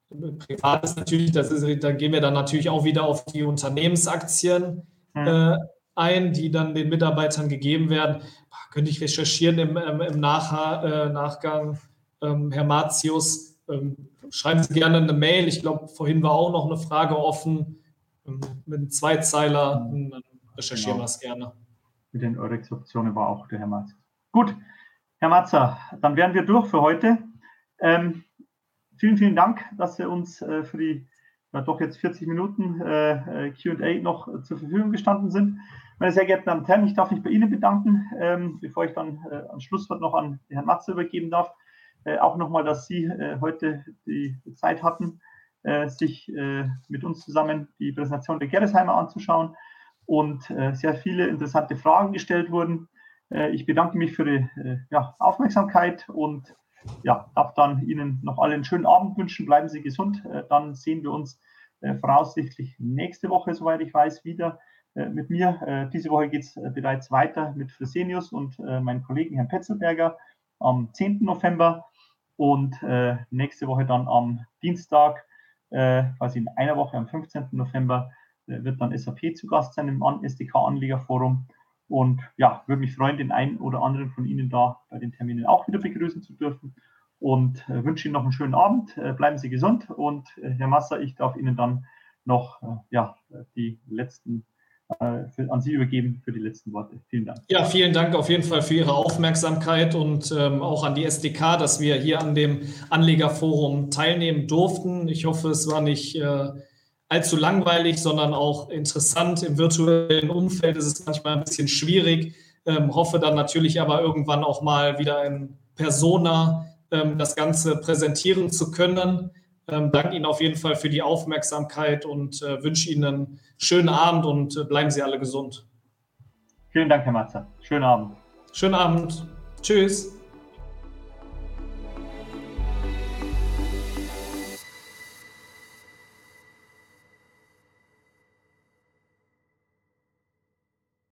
privat ist natürlich, das ist, da gehen wir dann natürlich auch wieder auf die Unternehmensaktien hm. äh, ein, die dann den Mitarbeitern gegeben werden. Könnte ich recherchieren im, im, im Nach, äh, Nachgang, ähm, Herr Martius. Ähm, schreiben Sie gerne eine Mail. Ich glaube, vorhin war auch noch eine Frage offen ähm, mit einem Zweizeiler. Hm. Dann recherchieren genau. wir es gerne. Mit den Eurex-Optionen war auch der Herr Martius. Gut. Herr Matzer, dann wären wir durch für heute. Ähm, vielen, vielen Dank, dass Sie uns äh, für die ja, doch jetzt vierzig Minuten äh, Q und A noch äh, zur Verfügung gestanden sind. Meine sehr geehrten Damen und Herren, ich darf mich bei Ihnen bedanken, ähm, bevor ich dann äh, am Schlusswort noch an Herrn Matzer übergeben darf. Äh, auch nochmal, dass Sie äh, heute die Zeit hatten, äh, sich äh, mit uns zusammen die Präsentation der Gerresheimer anzuschauen und äh, sehr viele interessante Fragen gestellt wurden. Ich bedanke mich für die ja, Aufmerksamkeit und ja, darf dann Ihnen noch alle einen schönen Abend wünschen. Bleiben Sie gesund. Dann sehen wir uns voraussichtlich nächste Woche, soweit ich weiß, wieder mit mir. Diese Woche geht es bereits weiter mit Fresenius und meinem Kollegen Herrn Petzelberger am zehnten November und nächste Woche dann am Dienstag, quasi in einer Woche am fünfzehnten November, wird dann S A P zu Gast sein im S D K-Anlegerforum. Und ja, würde mich freuen, den einen oder anderen von Ihnen da bei den Terminen auch wieder begrüßen zu dürfen. Und äh, wünsche Ihnen noch einen schönen Abend. Äh, bleiben Sie gesund. Und äh, Herr Masser, ich darf Ihnen dann noch äh, ja, die letzten äh, für, an Sie übergeben für die letzten Worte. Vielen Dank. Ja, vielen Dank auf jeden Fall für Ihre Aufmerksamkeit und ähm, auch an die S D K, dass wir hier an dem Anlegerforum teilnehmen durften. Ich hoffe, es war nicht äh, allzu langweilig, sondern auch interessant. Im virtuellen Umfeld ist es manchmal ein bisschen schwierig. Ähm, hoffe dann natürlich aber irgendwann auch mal wieder in Persona ähm, das Ganze präsentieren zu können. Ähm, danke Ihnen auf jeden Fall für die Aufmerksamkeit und äh, wünsche Ihnen einen schönen Abend und äh, bleiben Sie alle gesund. Vielen Dank, Herr Matzer. Schönen Abend. Schönen Abend. Tschüss.